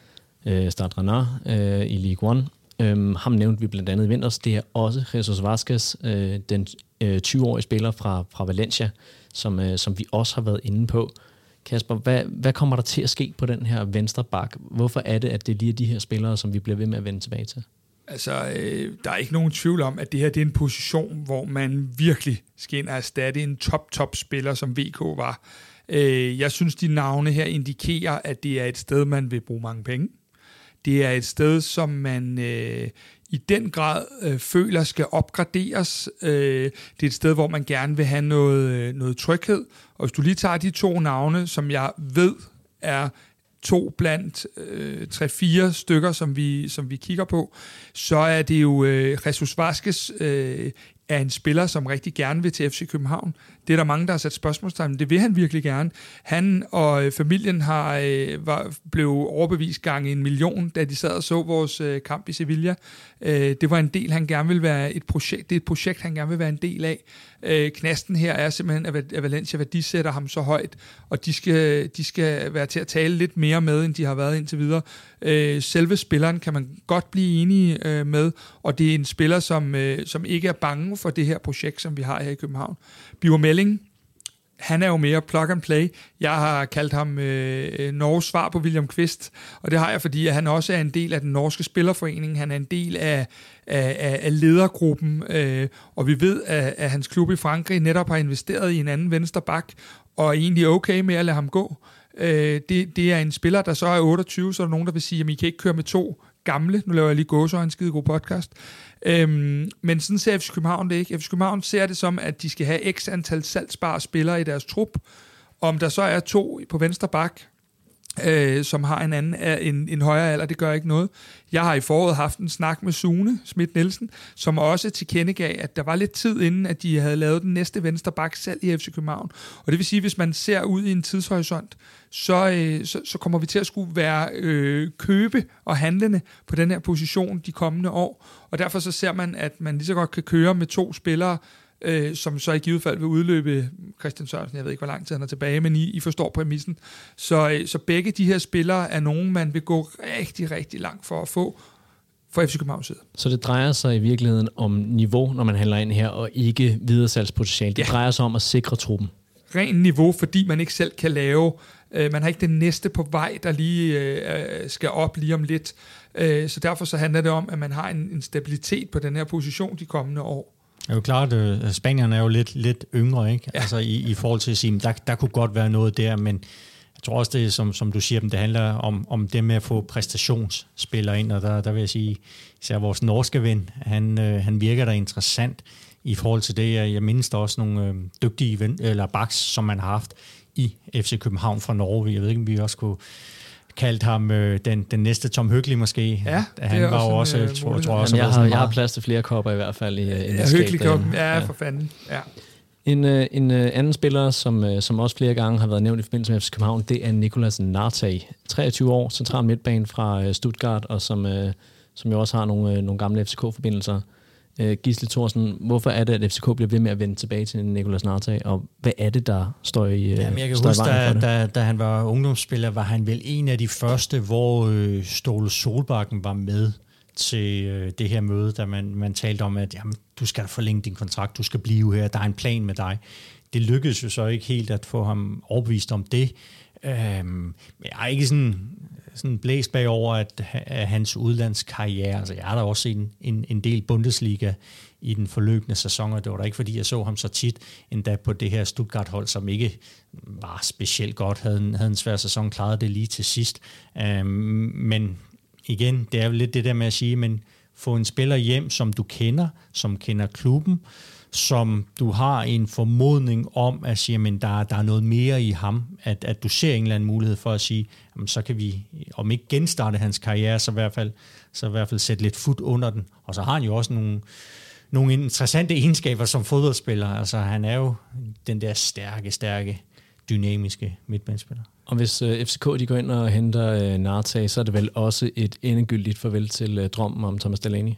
øh, Stade Rennais øh, i Ligue et. Øhm, ham nævnte vi blandt andet i vinters. Det er også Jesus Vazquez, øh, den øh, tyve-årige spiller fra, fra Valencia, som, øh, som vi også har været inde på. Kasper, hvad, hvad kommer der til at ske på den her venstre bak? Hvorfor er det, at det er lige de her spillere, som vi bliver ved med at vende tilbage til? Altså, øh, der er ikke nogen tvivl om, at det her det er en position, hvor man virkelig skal ind og erstatte en top-top-spiller, som V K var. Øh, jeg synes, de navne her indikerer, at det er et sted, man vil bruge mange penge. Det er et sted, som man øh, i den grad øh, føler skal opgraderes. Øh, det er et sted, hvor man gerne vil have noget, øh, noget tryghed. Og hvis du lige tager de to navne, som jeg ved er to blandt øh, tre-fire stykker, som vi, som vi kigger på, så er det jo øh, Jesus Vazquez øh, er en spiller, som rigtig gerne vil til F C København. Det er der mange, der har sat spørgsmålstegn. Det vil han virkelig gerne. Han og øh, familien har øh, var, blev overbevist gange en million, da de sad og så vores øh, kamp i Sevilla. Øh, det var en del, han gerne vil være et projekt. Det er et projekt, han gerne vil være en del af. Øh, knasten her er simpelthen, at Valencia værdisætter ham så højt, og de skal, de skal være til at tale lidt mere med, end de har været indtil videre. Øh, selve spilleren kan man godt blive enige øh, med, og det er en spiller, som, øh, som ikke er bange for det her projekt, som vi har her i København. Biver Melling, han er jo mere plug and play. Jeg har kaldt ham øh, Norges svar på William Kvist, og det har jeg, fordi at han også er en del af den norske spillerforening. Han er en del af, af, af ledergruppen, øh, og vi ved, at, at hans klub i Frankrig netop har investeret i en anden venstre bak, og er egentlig okay med at lade ham gå. Øh, det, det er en spiller, der så er otteogtyve, så er der nogen, der vil sige, at I kan ikke køre med to gamle. Nu laver jeg lige gåse og en skide god podcast. Øhm, men sådan ser F C København det ikke. F C København ser det som, at de skal have x antal salgsbare spillere i deres trup. Om der så er to på venstre bak, øh, som har en anden en, en højere alder, det gør ikke noget. Jeg har i foråret haft en snak med Sune Schmidt Nielsen, som også tilkendegav, at der var lidt tid inden, at de havde lavet den næste venstre bak selv i F C København. Og det vil sige, at hvis man ser ud i en tidshorisont, så, øh, så, så kommer vi til at skulle være øh, købe og handlende på den her position de kommende år. Og derfor så ser man, at man lige så godt kan køre med to spillere, øh, som så i givet fald vil udløbe Christian Sørensen. Jeg ved ikke, hvor lang tid han er tilbage, men I, I forstår præmissen. Så, øh, så begge de her spillere er nogen, man vil gå rigtig, rigtig langt for at få for F C Københavns side. Så det drejer sig i virkeligheden om niveau, når man handler ind her, og ikke videresalgspotentiale. Det ja. drejer sig om at sikre truppen. Ren niveau, fordi man ikke selv kan lave. Øh, man har ikke den næste på vej, der lige øh, skal op lige om lidt. Øh, så derfor så handler det om, at man har en, en stabilitet på den her position de kommende år. Det er jo klart, at spanierne er jo lidt, lidt yngre, ikke? Ja. Altså i, i forhold til at sige, der, der kunne godt være noget der, men Jeg tror også, det som, som du siger, det handler om, om det med at få præstationsspillere ind, og der, der vil jeg sige, især vores norske ven, han, øh, han virker da interessant i forhold til det. Jeg mindes der også nogle øh, dygtige ven, eller backs, som man har haft i F C København fra Norge. Jeg ved ikke, om vi også kunne kalde ham øh, den, den næste Tom Høgli måske. Ja, han var også, også en, tror, tror også, jeg, har, jeg har plads til flere kopper i hvert fald. I, i ja, Høgli-koppen, ja, for fanden. Ja. En, en anden spiller, som, som også flere gange har været nævnt i forbindelse med F C København, det er Nicolas Nartey. treogtyve år, central midtbane fra Stuttgart, og som, som jo også har nogle, nogle gamle F C K-forbindelser. Gisle Thorsen, hvorfor er det, at F C K bliver ved med at vende tilbage til Nicolas Nartey, og hvad er det, der står i Jamen, jeg kan huske, da, da, da han var ungdomsspiller, var han vel en af de første, hvor øh, Ståle Solbakken var med til øh, det her møde, da man, man talte om, at jamen, du skal forlænge din kontrakt, du skal blive her, der er en plan med dig. Det lykkedes jo så ikke helt at få ham overbevist om det. Øhm, jeg er ikke sådan, sådan blæst bagover, at, at hans udlandskarriere, altså jeg har da også set en, en, en del Bundesliga i den forløbende sæson, og det var da ikke, fordi jeg så ham så tit, endda på det her Stuttgart-hold, som ikke var specielt godt, havde en, havde en svær sæson, klarede det lige til sidst. Øhm, men igen, det er jo lidt det der med at sige, men få en spiller hjem, som du kender, som kender klubben, som du har en formodning om at sige, men der, der er noget mere i ham, at, at du ser en eller anden mulighed for at sige, jamen, så kan vi, om ikke genstarte hans karriere, så i hvert fald, så i hvert fald sætte lidt fod under den. Og så har han jo også nogle, nogle interessante egenskaber som fodboldspiller. Altså han er jo den der stærke, stærke, dynamiske midtbanespiller. Og hvis uh, F C K de går ind og henter uh, Nartey, så er det vel også et endegyldigt farvel til uh, drømmen om Thomas Delaney?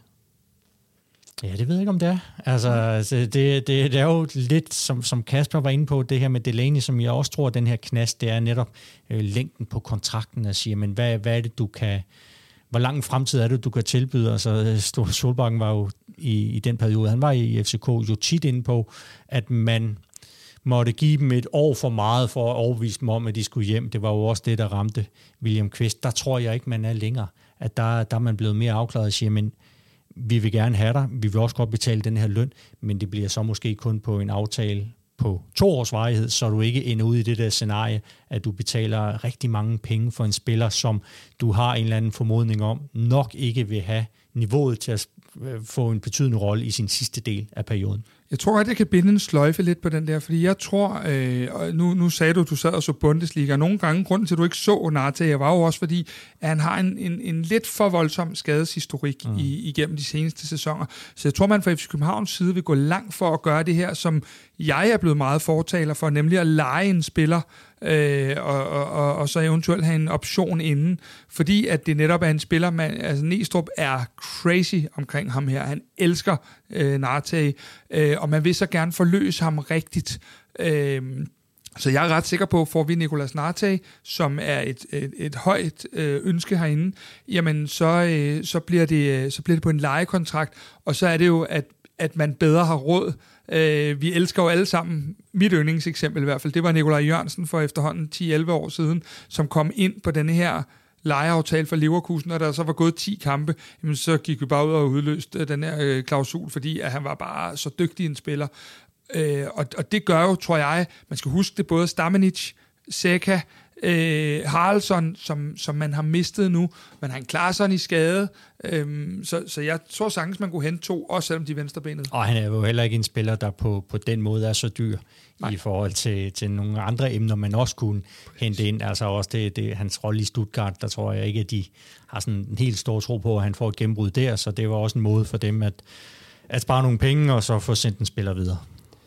Ja, det ved jeg ikke, om det er. Altså, det, det, det er jo lidt, som, som Kasper var inde på, det her med Delaney, som jeg også tror, den her knast, det er netop øh, længden på kontrakten, at sige, men hvad, hvad er det, du kan, hvor lang en fremtid er det, du kan tilbyde? Altså, Ståle Solbakken var jo i, i den periode, han var i F C K jo tit inde på, at man måtte give dem et år for meget for at overbevise dem om, at de skulle hjem. Det var jo også det, der ramte William Kvist. Der tror jeg ikke, man er længere. At der, der er man blevet mere afklaret og siger, men vi vil gerne have dig, vi vil også godt betale den her løn, men det bliver så måske kun på en aftale på to års varighed, så du ikke ender ud i det der scenarie, at du betaler rigtig mange penge for en spiller, som du har en eller anden formodning om, nok ikke vil have niveauet til at få en betydende rolle i sin sidste del af perioden. Jeg tror, at jeg kan binde en sløjfe lidt på den der, fordi jeg tror, øh, nu, nu sagde du, at du sad og så Bundesliga, og nogle gange, grunden til, at du ikke så Nartey, var jo også fordi, at han har en, en, en lidt for voldsom skadeshistorik mm. i, igennem de seneste sæsoner. Så jeg tror, man fra F C Københavns side vil gå langt for at gøre det her, som jeg er blevet meget fortaler for, nemlig at lege en spiller, øh, og, og, og, og så eventuelt have en option inden, fordi at det netop er en spiller, man, altså Næstrup er crazy omkring ham her. Han elsker øh, Nartey, øh, og man vil så gerne forløse ham rigtigt. Øh, så jeg er ret sikker på, at får vi Nicolas Nartey, som er et, et, et højt øh, ønske herinde, jamen så, øh, så, bliver det, så bliver det på en lejekontrakt, og så er det jo, at, at man bedre har råd. Øh, vi elsker jo alle sammen, mit yndlingseksempel i hvert fald, det var Nikolaj Jørgensen for efterhånden ti elleve år siden, som kom ind på denne her lejeaftale for Leverkusen, og der så var gået ti kampe, jamen så gik vi bare ud og udløste den her øh, klausul, fordi at han var bare så dygtig en spiller. Øh, og, og det gør jo, tror jeg, man skal huske det, både Stamenic, Seca, øh, Haraldsson, som, som man har mistet nu, man har en Klarsson i skade, øh, så, så jeg tror sagtens, man kunne hente to, også selvom de er venstrebenet. Og han er jo heller ikke en spiller, der på, på den måde er så dyr. Nej. I forhold til, til nogle andre emner, man også kunne Præcis. hente ind. Altså også det, det, hans rolle i Stuttgart, der tror jeg ikke, at de har sådan en helt stor tro på, at han får et gennembrud der, så det var også en måde for dem at, at spare nogle penge, og så få sendt en spiller videre.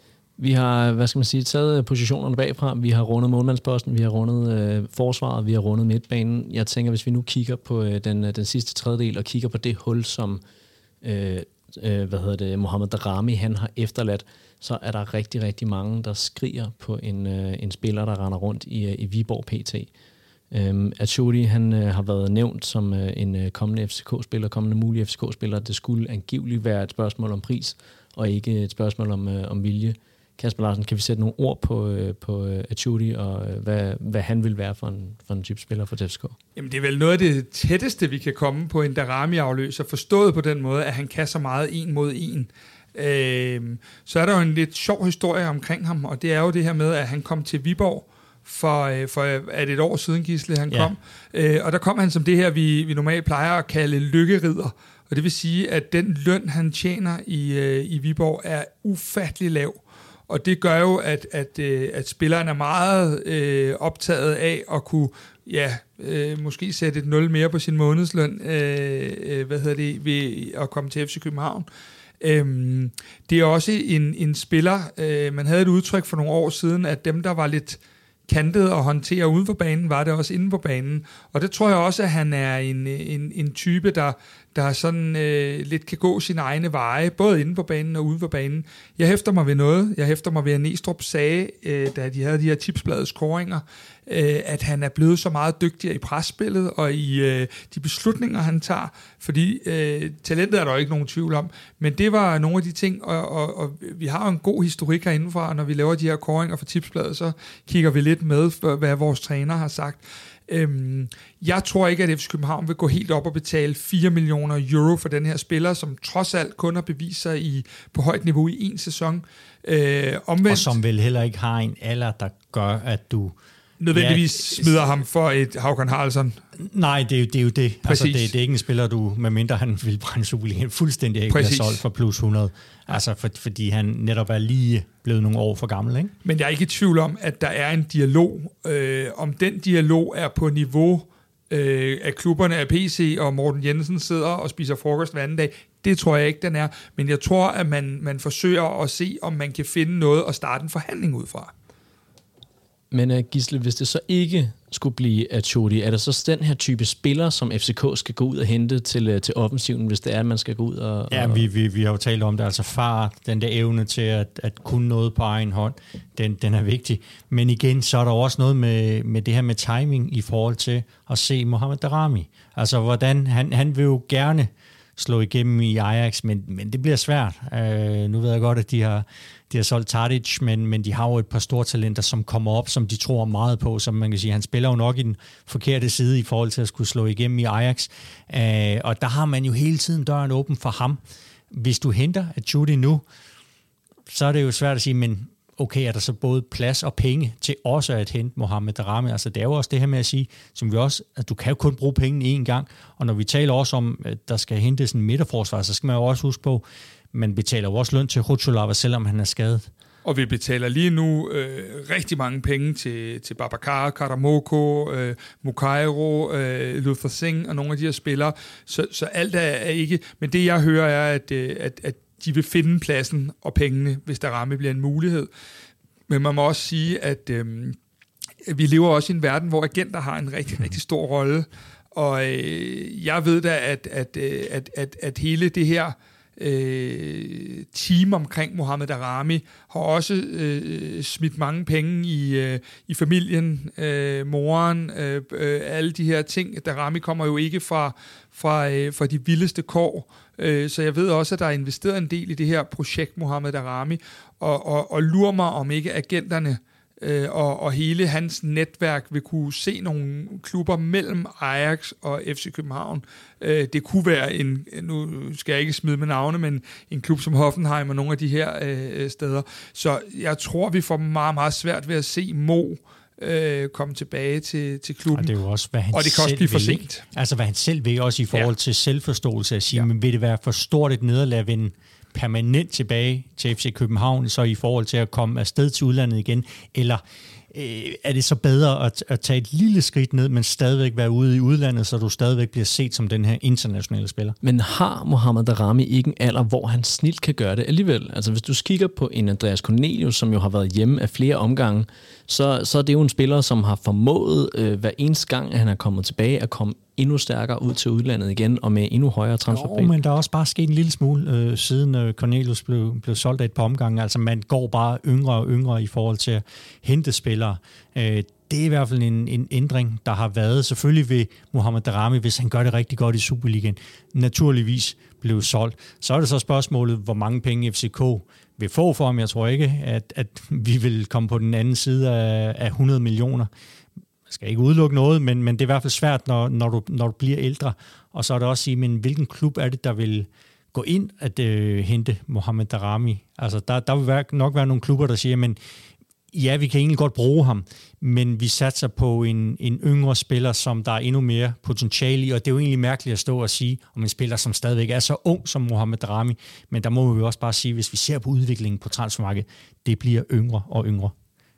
Vi har, hvad skal man sige, taget positionerne bagfra. Vi har rundet målmandsposten, vi har rundet øh, forsvaret, vi har rundet midtbanen. Jeg tænker, hvis vi nu kigger på øh, den, den sidste tredjedel, og kigger på det hul, som øh, øh, hvad hedder det, Mohamed Daramy, han har efterladt, så er der rigtig, rigtig mange, der skriger på en, øh, en spiller, der render rundt i, i Viborg P T. Øhm, Atshodi, han øh, har været nævnt som øh, en øh, kommende F C K-spiller, kommende mulig F C K-spiller. Det skulle angiveligt være et spørgsmål om pris, og ikke et spørgsmål om, øh, om vilje. Kasper Larsen, kan vi sætte nogle ord på, øh, på øh, Atshodi, og øh, hvad, hvad han vil være for en, for en type spiller for F C K? Jamen, det er vel noget af det tætteste, vi kan komme på en Daramy-afløser, forstået på den måde, at han kan så meget en mod en. Øh, så er der jo en lidt sjov historie omkring ham, og det er jo det her med, at han kom til Viborg for, øh, for at et år siden, Gisle, han Ja. kom. Øh, og der kom han som det her, vi, vi normalt plejer at kalde lykkerider. Og det vil sige, at den løn, han tjener i, øh, i Viborg, er ufattelig lav. Og det gør jo, at, at, øh, at spilleren er meget øh, optaget af at kunne ja, øh, måske sætte et nul mere på sin månedsløn øh, øh, hvad hedder det, ved at komme til F C København. Øhm, det er også en, en spiller, øh, man havde et udtryk for nogle år siden, at dem, der var lidt kantet og håndtere uden for banen, var det også inde på banen. Og det tror jeg også, at han er en, en, en type, der, der sådan øh, lidt kan gå sine egne veje, både inde på banen og uden for banen. Jeg hæfter mig ved noget. Jeg hæfter mig ved, at Næstrup sagde, øh, da de havde de her tipsbladets scoringer, øh, at han er blevet så meget dygtigere i presspillet og i øh, de beslutninger, han tager. Fordi øh, talentet er der jo ikke nogen tvivl om. Men det var nogle af de ting, og, og, og vi har jo en god historik herindefra, når vi laver de her scoringer for tipsbladet, så kigger vi lidt med, for, hvad vores træner har sagt. Øhm, jeg tror ikke, at F C København vil gå helt op og betale fire millioner euro for den her spiller, som trods alt kun har bevist sig i, på højt niveau i en sæson. Øh, omvendt, og som vel heller ikke har en alder, der gør, at du nødvendigvis ja, smider ham for et Håkan Haraldsson. Nej, det er jo det. Er jo det. Altså, det, det er ikke en spiller, du, medmindre han vil brænde Superligaen fuldstændig ikke bliver solgt for plus hundrede. Altså, for, fordi han netop er lige blevet nogle år for gammel, ikke? Men jeg er ikke i tvivl om, at der er en dialog. Øh, om den dialog er på niveau øh, af klubberne af P C, og Morten Jensen sidder og spiser frokost hver anden dag, det tror jeg ikke, den er. Men jeg tror, at man, man forsøger at se, om man kan finde noget og starte en forhandling ud fra. Men uh, Gisle, hvis det så ikke skulle blive Achoti, er der så den her type spiller, som F C K skal gå ud og hente til, uh, til offensiven, hvis det er, at man skal gå ud og... Ja, og... vi, vi, vi har jo talt om det, altså fart, den der evne til at, at kunne noget på egen hånd, den, den er vigtig. Men igen, så er der også noget med, med det her med timing i forhold til at se Mohamed Daramy. Altså, hvordan han, han vil jo gerne slå igennem i Ajax, men, men det bliver svært. Uh, nu ved jeg godt, at de har, de har solgt Tadic, men, men de har jo et par store talenter, som kommer op, som de tror meget på, som man kan sige, han spiller jo nok i den forkerte side i forhold til at skulle slå igennem i Ajax. Uh, og der har man jo hele tiden døren åben for ham. Hvis du henter Achoti nu, så er det jo svært at sige, men okay, er der så både plads og penge til også at hente Mohamed Daramy? Altså det er jo også det her med at sige, som vi også, at du kan jo kun bruge pengene én gang, og når vi taler også om, at der skal hentes en midterforsvar, så skal man jo også huske på, man betaler jo også løn til Rucholava, selvom han er skadet. Og vi betaler lige nu øh, rigtig mange penge til, til Babacar, Karamoko, øh, Mukairo, øh, Luther Singh og nogle af de her spillere, så, så alt er, er ikke, men det jeg hører er, at, at, at de vil finde pladsen og pengene, hvis der ramme bliver en mulighed. Men man må også sige, at øh, vi lever også i en verden, hvor agenter har en rigtig, rigtig stor rolle. Og øh, jeg ved da, at, at, at, at, at hele det her øh, team omkring Mohamed Daramy har også øh, smidt mange penge i, øh, i familien, øh, moren, øh, øh, alle de her ting. Daramy kommer jo ikke fra, fra, øh, fra de vildeste kår, øh, så jeg ved også, at der er investeret en del i det her projekt Mohamed Daramy, og, og, og lurer mig, om ikke agenterne øh, og, og hele hans netværk vil kunne se nogle klubber mellem Ajax og F C København. Øh, det kunne være en, nu skal jeg ikke smide med navne, men en klub som Hoffenheim og nogle af de her øh, steder. Så jeg tror, vi får meget, meget svært ved at se Mo øh, komme tilbage til, til klubben. Og det er jo også, hvad han og det kan også blive for vil, sent. Altså, hvad han selv vil, også i forhold ja. til selvforståelse, at sige, ja. men vil det være for stort et nederlag at vende permanent tilbage til F C København, så i forhold til at komme afsted til udlandet igen, eller øh, er det så bedre at, at tage et lille skridt ned, men stadigvæk være ude i udlandet, så du stadigvæk bliver set som den her internationale spiller? Men har Mohamed Daramy ikke en alder, hvor han snilt kan gøre det alligevel? Altså hvis du kigger på en Andreas Cornelius, som jo har været hjemme af flere omgange, så, så er det jo en spiller, som har formået øh, hver eneste gang, at han er kommet tilbage, at komme endnu stærkere ud til udlandet igen, og med endnu højere transferpris. Jo, men der er også bare sket en lille smule, øh, siden øh, Cornelius blev, blev solgt af et par omgange. Altså man går bare yngre og yngre i forhold til at hente spillere. Øh, det er i hvert fald en, en ændring, der har været. Selvfølgelig vil Mohamed Daramy, hvis han gør det rigtig godt i Superligaen, naturligvis blive solgt. Så er det så spørgsmålet, hvor mange penge F C K vil få for ham. Jeg tror ikke, at, at vi vil komme på den anden side af, af hundrede millioner. Jeg skal ikke udelukke noget, men, men det er i hvert fald svært, når, når, du, når du bliver ældre. Og så er det også at sige, men hvilken klub er det, der vil gå ind at øh, hente Mohamed Daramy? Altså, der, der vil være, nok være nogle klubber, der siger, men ja, vi kan egentlig godt bruge ham, men vi satser på en, en yngre spiller, som der er endnu mere potentiale i, og det er jo egentlig mærkeligt at stå og sige om en spiller, som stadigvæk er så ung som Mohamed Daramy, men der må vi jo også bare sige, hvis vi ser på udviklingen på transfermarkedet, det bliver yngre og yngre.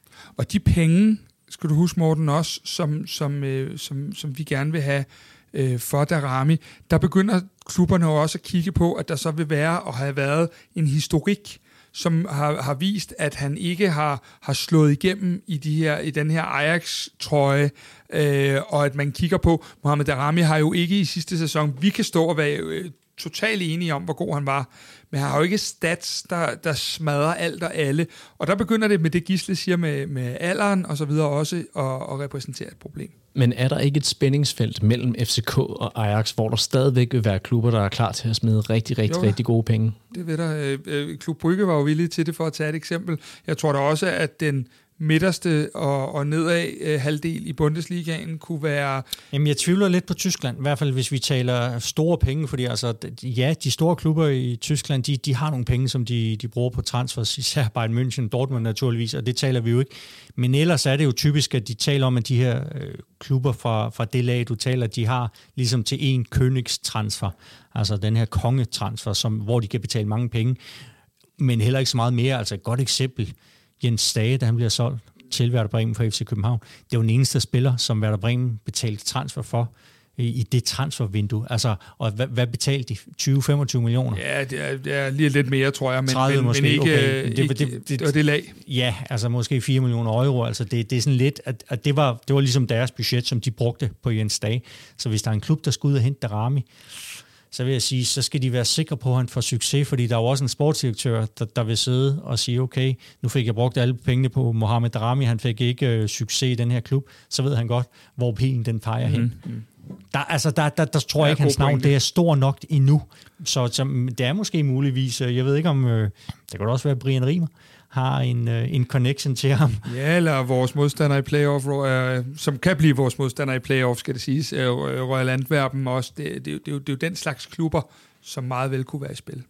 Og de penge, skal du huske, Morten, også, som, som, øh, som, som vi gerne vil have øh, for Daramy, der begynder klubberne jo også at kigge på, at der så vil være og have været en historik, som har, har vist, at han ikke har, har slået igennem i, de her, i den her Ajax-trøje, øh, og at man kigger på, Mohamed Daramy har jo ikke i sidste sæson, vi kan stå og være øh, totalt enige om, hvor god han var, men han har jo ikke stats, der, der smadrer alt og alle, og der begynder det med det, Gisle siger med, med alderen og så videre også, at, at repræsentere et problem. Men er der ikke et spændingsfelt mellem F C K og Ajax, hvor der stadigvæk vil være klubber, der er klar til at smide rigtig, rigtig, jo, rigtig gode penge? Det ved der. Klub Brygge var jo villig til det, for at tage et eksempel. Jeg tror da også, at den midterste og, og nedad øh, halvdel i Bundesligaen kunne være... Jamen, jeg tvivler lidt på Tyskland, i hvert fald hvis vi taler store penge, fordi altså, ja, de store klubber i Tyskland, de, de har nogle penge, som de, de bruger på transfers, især Bayern München, Dortmund naturligvis, og det taler vi jo ikke. Men ellers er det jo typisk, at de taler om, at de her øh, klubber fra, fra det lag, du taler, de har ligesom til en Königstransfer, altså den her kongetransfer, som, hvor de kan betale mange penge, men heller ikke så meget mere. Altså et godt eksempel, Jens Stage, da han bliver solgt til Werder Bremen fra F C København. Det var den eneste spiller, som Werder Bremen betalte transfer for i, i det transfervindue. Altså, og hvad, hvad betalte de? tyve til femogtyve millioner? Ja, det er, det er lige lidt mere, tror jeg, men, tredive men, måske, men ikke, okay. det, det, det, det, det var det lag. Ja, altså måske fire millioner euro. Altså det, det er sådan lidt, at, at det, var, det var ligesom deres budget, som de brugte på Jens Stage. Så hvis der er en klub, der skal ud og hente Daramy, så vil jeg sige, så skal de være sikre på, at han får succes, fordi der er jo også en sportsdirektør, der, der vil sidde og sige, okay, nu fik jeg brugt alle pengene på Mohamed Daramy, han fik ikke øh, succes i den her klub, så ved han godt, hvor pilen den peger mm-hmm. hen. Der, altså, der, der, der tror jeg ikke, hans navn pointe. Det er stor nok endnu, så, så det er måske muligvis, jeg ved ikke om, øh, det kan også være Brian Riemer, har en, øh, en connection til ham. Ja, eller vores modstander i playoff, øh, som kan blive vores modstander i playoff, skal det siges, øh, Royal Antwerpen også. Det, det, det, det, er jo, det er jo den slags klubber, som meget vel kunne være i spil.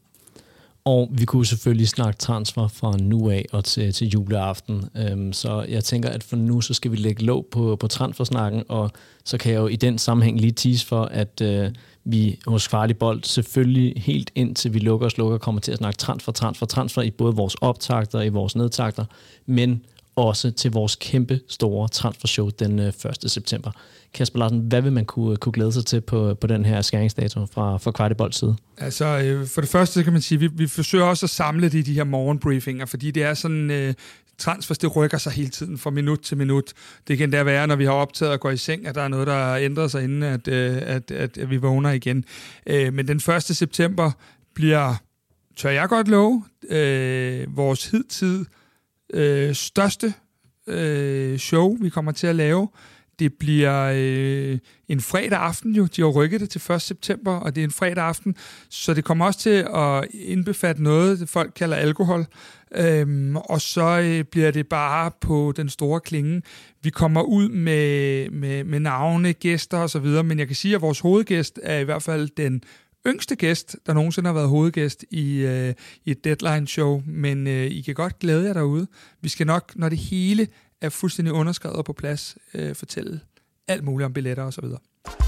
Og vi kunne selvfølgelig snakke transfer fra nu af og til, til juleaften. Øhm, så jeg tænker, at for nu, så skal vi lægge låg på, på transfersnakken, og så kan jeg jo i den sammenhæng lige tease for, at øh, vi hos Farlig Bold selvfølgelig helt indtil vi lukker og slukker, kommer til at snakke transfer, transfer, transfer i både vores optakter og i vores nedtakter, men også til vores kæmpe store transfershow den øh, første september. Kasper Larsen, hvad vil man kunne, kunne glæde sig til på, på den her skæringsdato fra, fra Farlig Bolds side? Altså, øh, for det første, så kan man sige, at vi, vi forsøger også at samle det i de her morgenbriefinger, fordi det er sådan... Øh, transfers, det rykker sig hele tiden fra minut til minut. Det kan da være, når vi har optaget og går i seng, at der er noget, der ændrer sig, inden at, at, at, at vi vågner igen. Men den første september bliver, tør jeg godt love, øh, vores hidtid øh, største øh, show, vi kommer til at lave. Det bliver øh, en fredag aften jo. De har rykket det til første september, og det er en fredag aften, så det kommer også til at indbefatte noget, folk kalder alkohol. Øhm, og så øh, bliver det bare på den store klinge. Vi kommer ud med, med, med navne, gæster og så videre, men jeg kan sige, at vores hovedgæst er i hvert fald den yngste gæst, der nogensinde har været hovedgæst i, øh, i et Deadline-show, men øh, I kan godt glæde jer derude. Vi skal nok, når det hele er fuldstændig underskrevet og på plads, øh, fortælle alt muligt om billetter og så videre.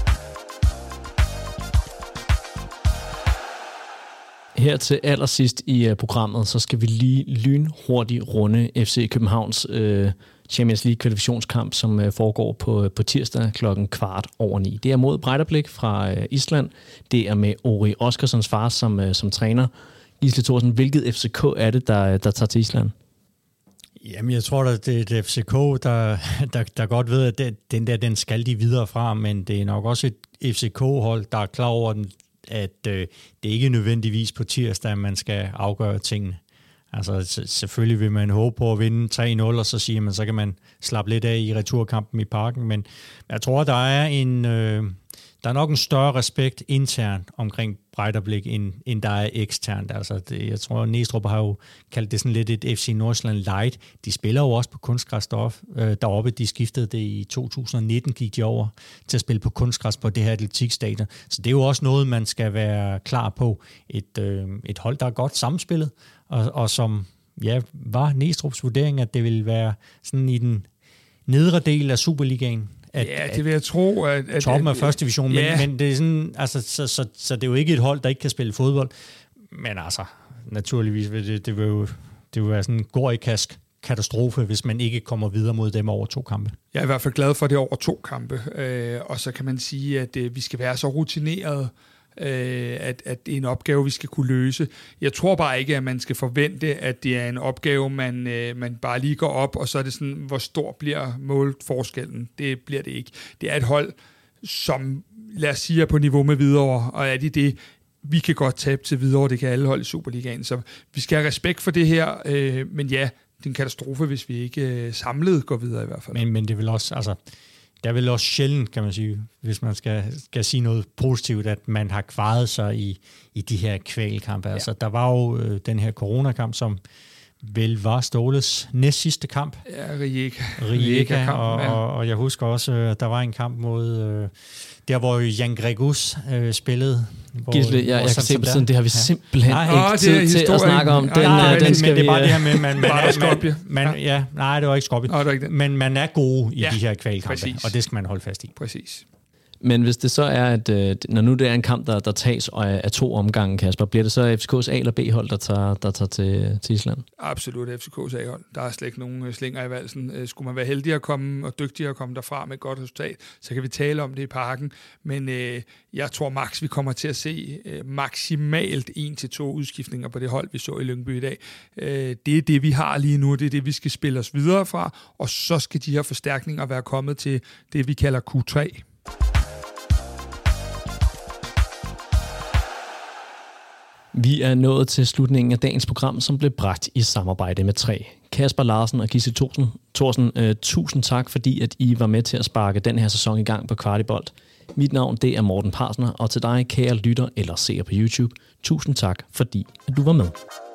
Her til allersidst i uh, programmet, så skal vi lige lynhurtigt runde F C Københavns uh, Champions League kvalifikationskamp, som uh, foregår på, på tirsdag klokken kvart over ni. Det er mod Breiðablik fra uh, Island. Det er med Ori Oskarssons far som, uh, som træner. Gisle Thorsen, hvilket F C K er det, der, der tager til Island? Jamen, jeg tror, at det er et F C K, der, der, der godt ved, at det, den der, den skal de videre fra, men det er nok også et F C K-hold, der er klar over den, at øh, det ikke er nødvendigvis på tirsdag, at man skal afgøre tingene. Altså selvfølgelig vil man håbe på at vinde tre nul, og så siger man, så kan man slappe lidt af i returkampen i Parken, men jeg tror, der er en øh, der er nok en større respekt internt omkring Breiðablik, end, end der er eksternt. Altså det, jeg tror, Næstrup har jo kaldt det sådan lidt et F C Nordsjælland light. De spiller jo også på kunstgræs øh, deroppe. De skiftede det i to tusind nitten, gik de over til at spille på kunstgræs på det her atletikstadion. Så det er jo også noget, man skal være klar på. Et, øh, et hold, der er godt samspillet, og, og som ja, var Næstrup's vurdering, at det ville være sådan i den nedre del af Superligaen? At, ja, det vil jeg tro. At, at, toppen af at, første division, ja. men, men det er sådan, altså, så, så, så det er jo ikke et hold, der ikke kan spille fodbold. Men altså, naturligvis vil det, det vil jo det vil være sådan en gorikask katastrofe, hvis man ikke kommer videre mod dem over to kampe. Jeg er i hvert fald glad for det over to kampe, øh, og så kan man sige, at øh, vi skal være så rutineret, øh, at, at det er en opgave, vi skal kunne løse. Jeg tror bare ikke, at man skal forvente, at det er en opgave, man, øh, man bare lige går op, og så er det sådan, hvor stor bliver målforskellen. Det bliver det ikke. Det er et hold, som, lad os sige, er på niveau med Hvidovre, og er de det, vi kan godt tabe til Hvidovre, det kan alle hold i Superligaen, så vi skal have respekt for det her, øh, men ja, det er en katastrofe, hvis vi ikke øh, samlet går videre i hvert fald. Men, men det vil også, altså, det er vel også sjældent, kan man sige, hvis man skal, skal sige noget positivt, at man har kvaret sig i, i de her kvalkampe. Ja. Altså, der var jo øh, den her coronakamp, som vel var Ståles næst sidste kamp. Ja, Rijeka. Rijeka, og, ja. og, og jeg husker også, at der var en kamp mod... Øh, der, hvor Jan Gregus øh, spillede. Hvor, Gisle, jeg, jeg kan se på siden, det har vi simpelthen nej, ikke åh, tid til at snakke om. Den, nej, nej, den men, skal men vi, det er bare det her med, man, man, er, man, man, man ja, nej, det var ikke Skopje. Nå, det ikke men man er gode i ja, de her kvalkampe, præcis. og det skal man holde fast i. Præcis. Men hvis det så er, at øh, når nu det er en kamp, der, der tages af, af to omgange, Kasper, bliver det så F C K's A- eller B-hold, der tager, der tager til, til Island? Absolut F C K's A-hold. Der er slet ikke nogen slinger i valsen. Skulle man være heldig at komme og dygtig at komme derfra med et godt resultat, så kan vi tale om det i parken. Men øh, jeg tror max, vi kommer til at se øh, maksimalt en til to udskiftninger på det hold, vi så i Lyngby i dag. Øh, det er det, vi har lige nu. Det er det, vi skal spille os videre fra. Og så skal de her forstærkninger være kommet til det, vi kalder Q tre. Vi er nået til slutningen af dagens program, som blev bragt i samarbejde med tre. Kasper Larsen og Gisle Thorsen, Thorsen øh, tusind tak, fordi at I var med til at sparke den her sæson i gang på Kvartibolt. Mit navn, det er Morten Parsner, og til dig, kære lytter eller seer på YouTube, tusind tak, fordi at du var med.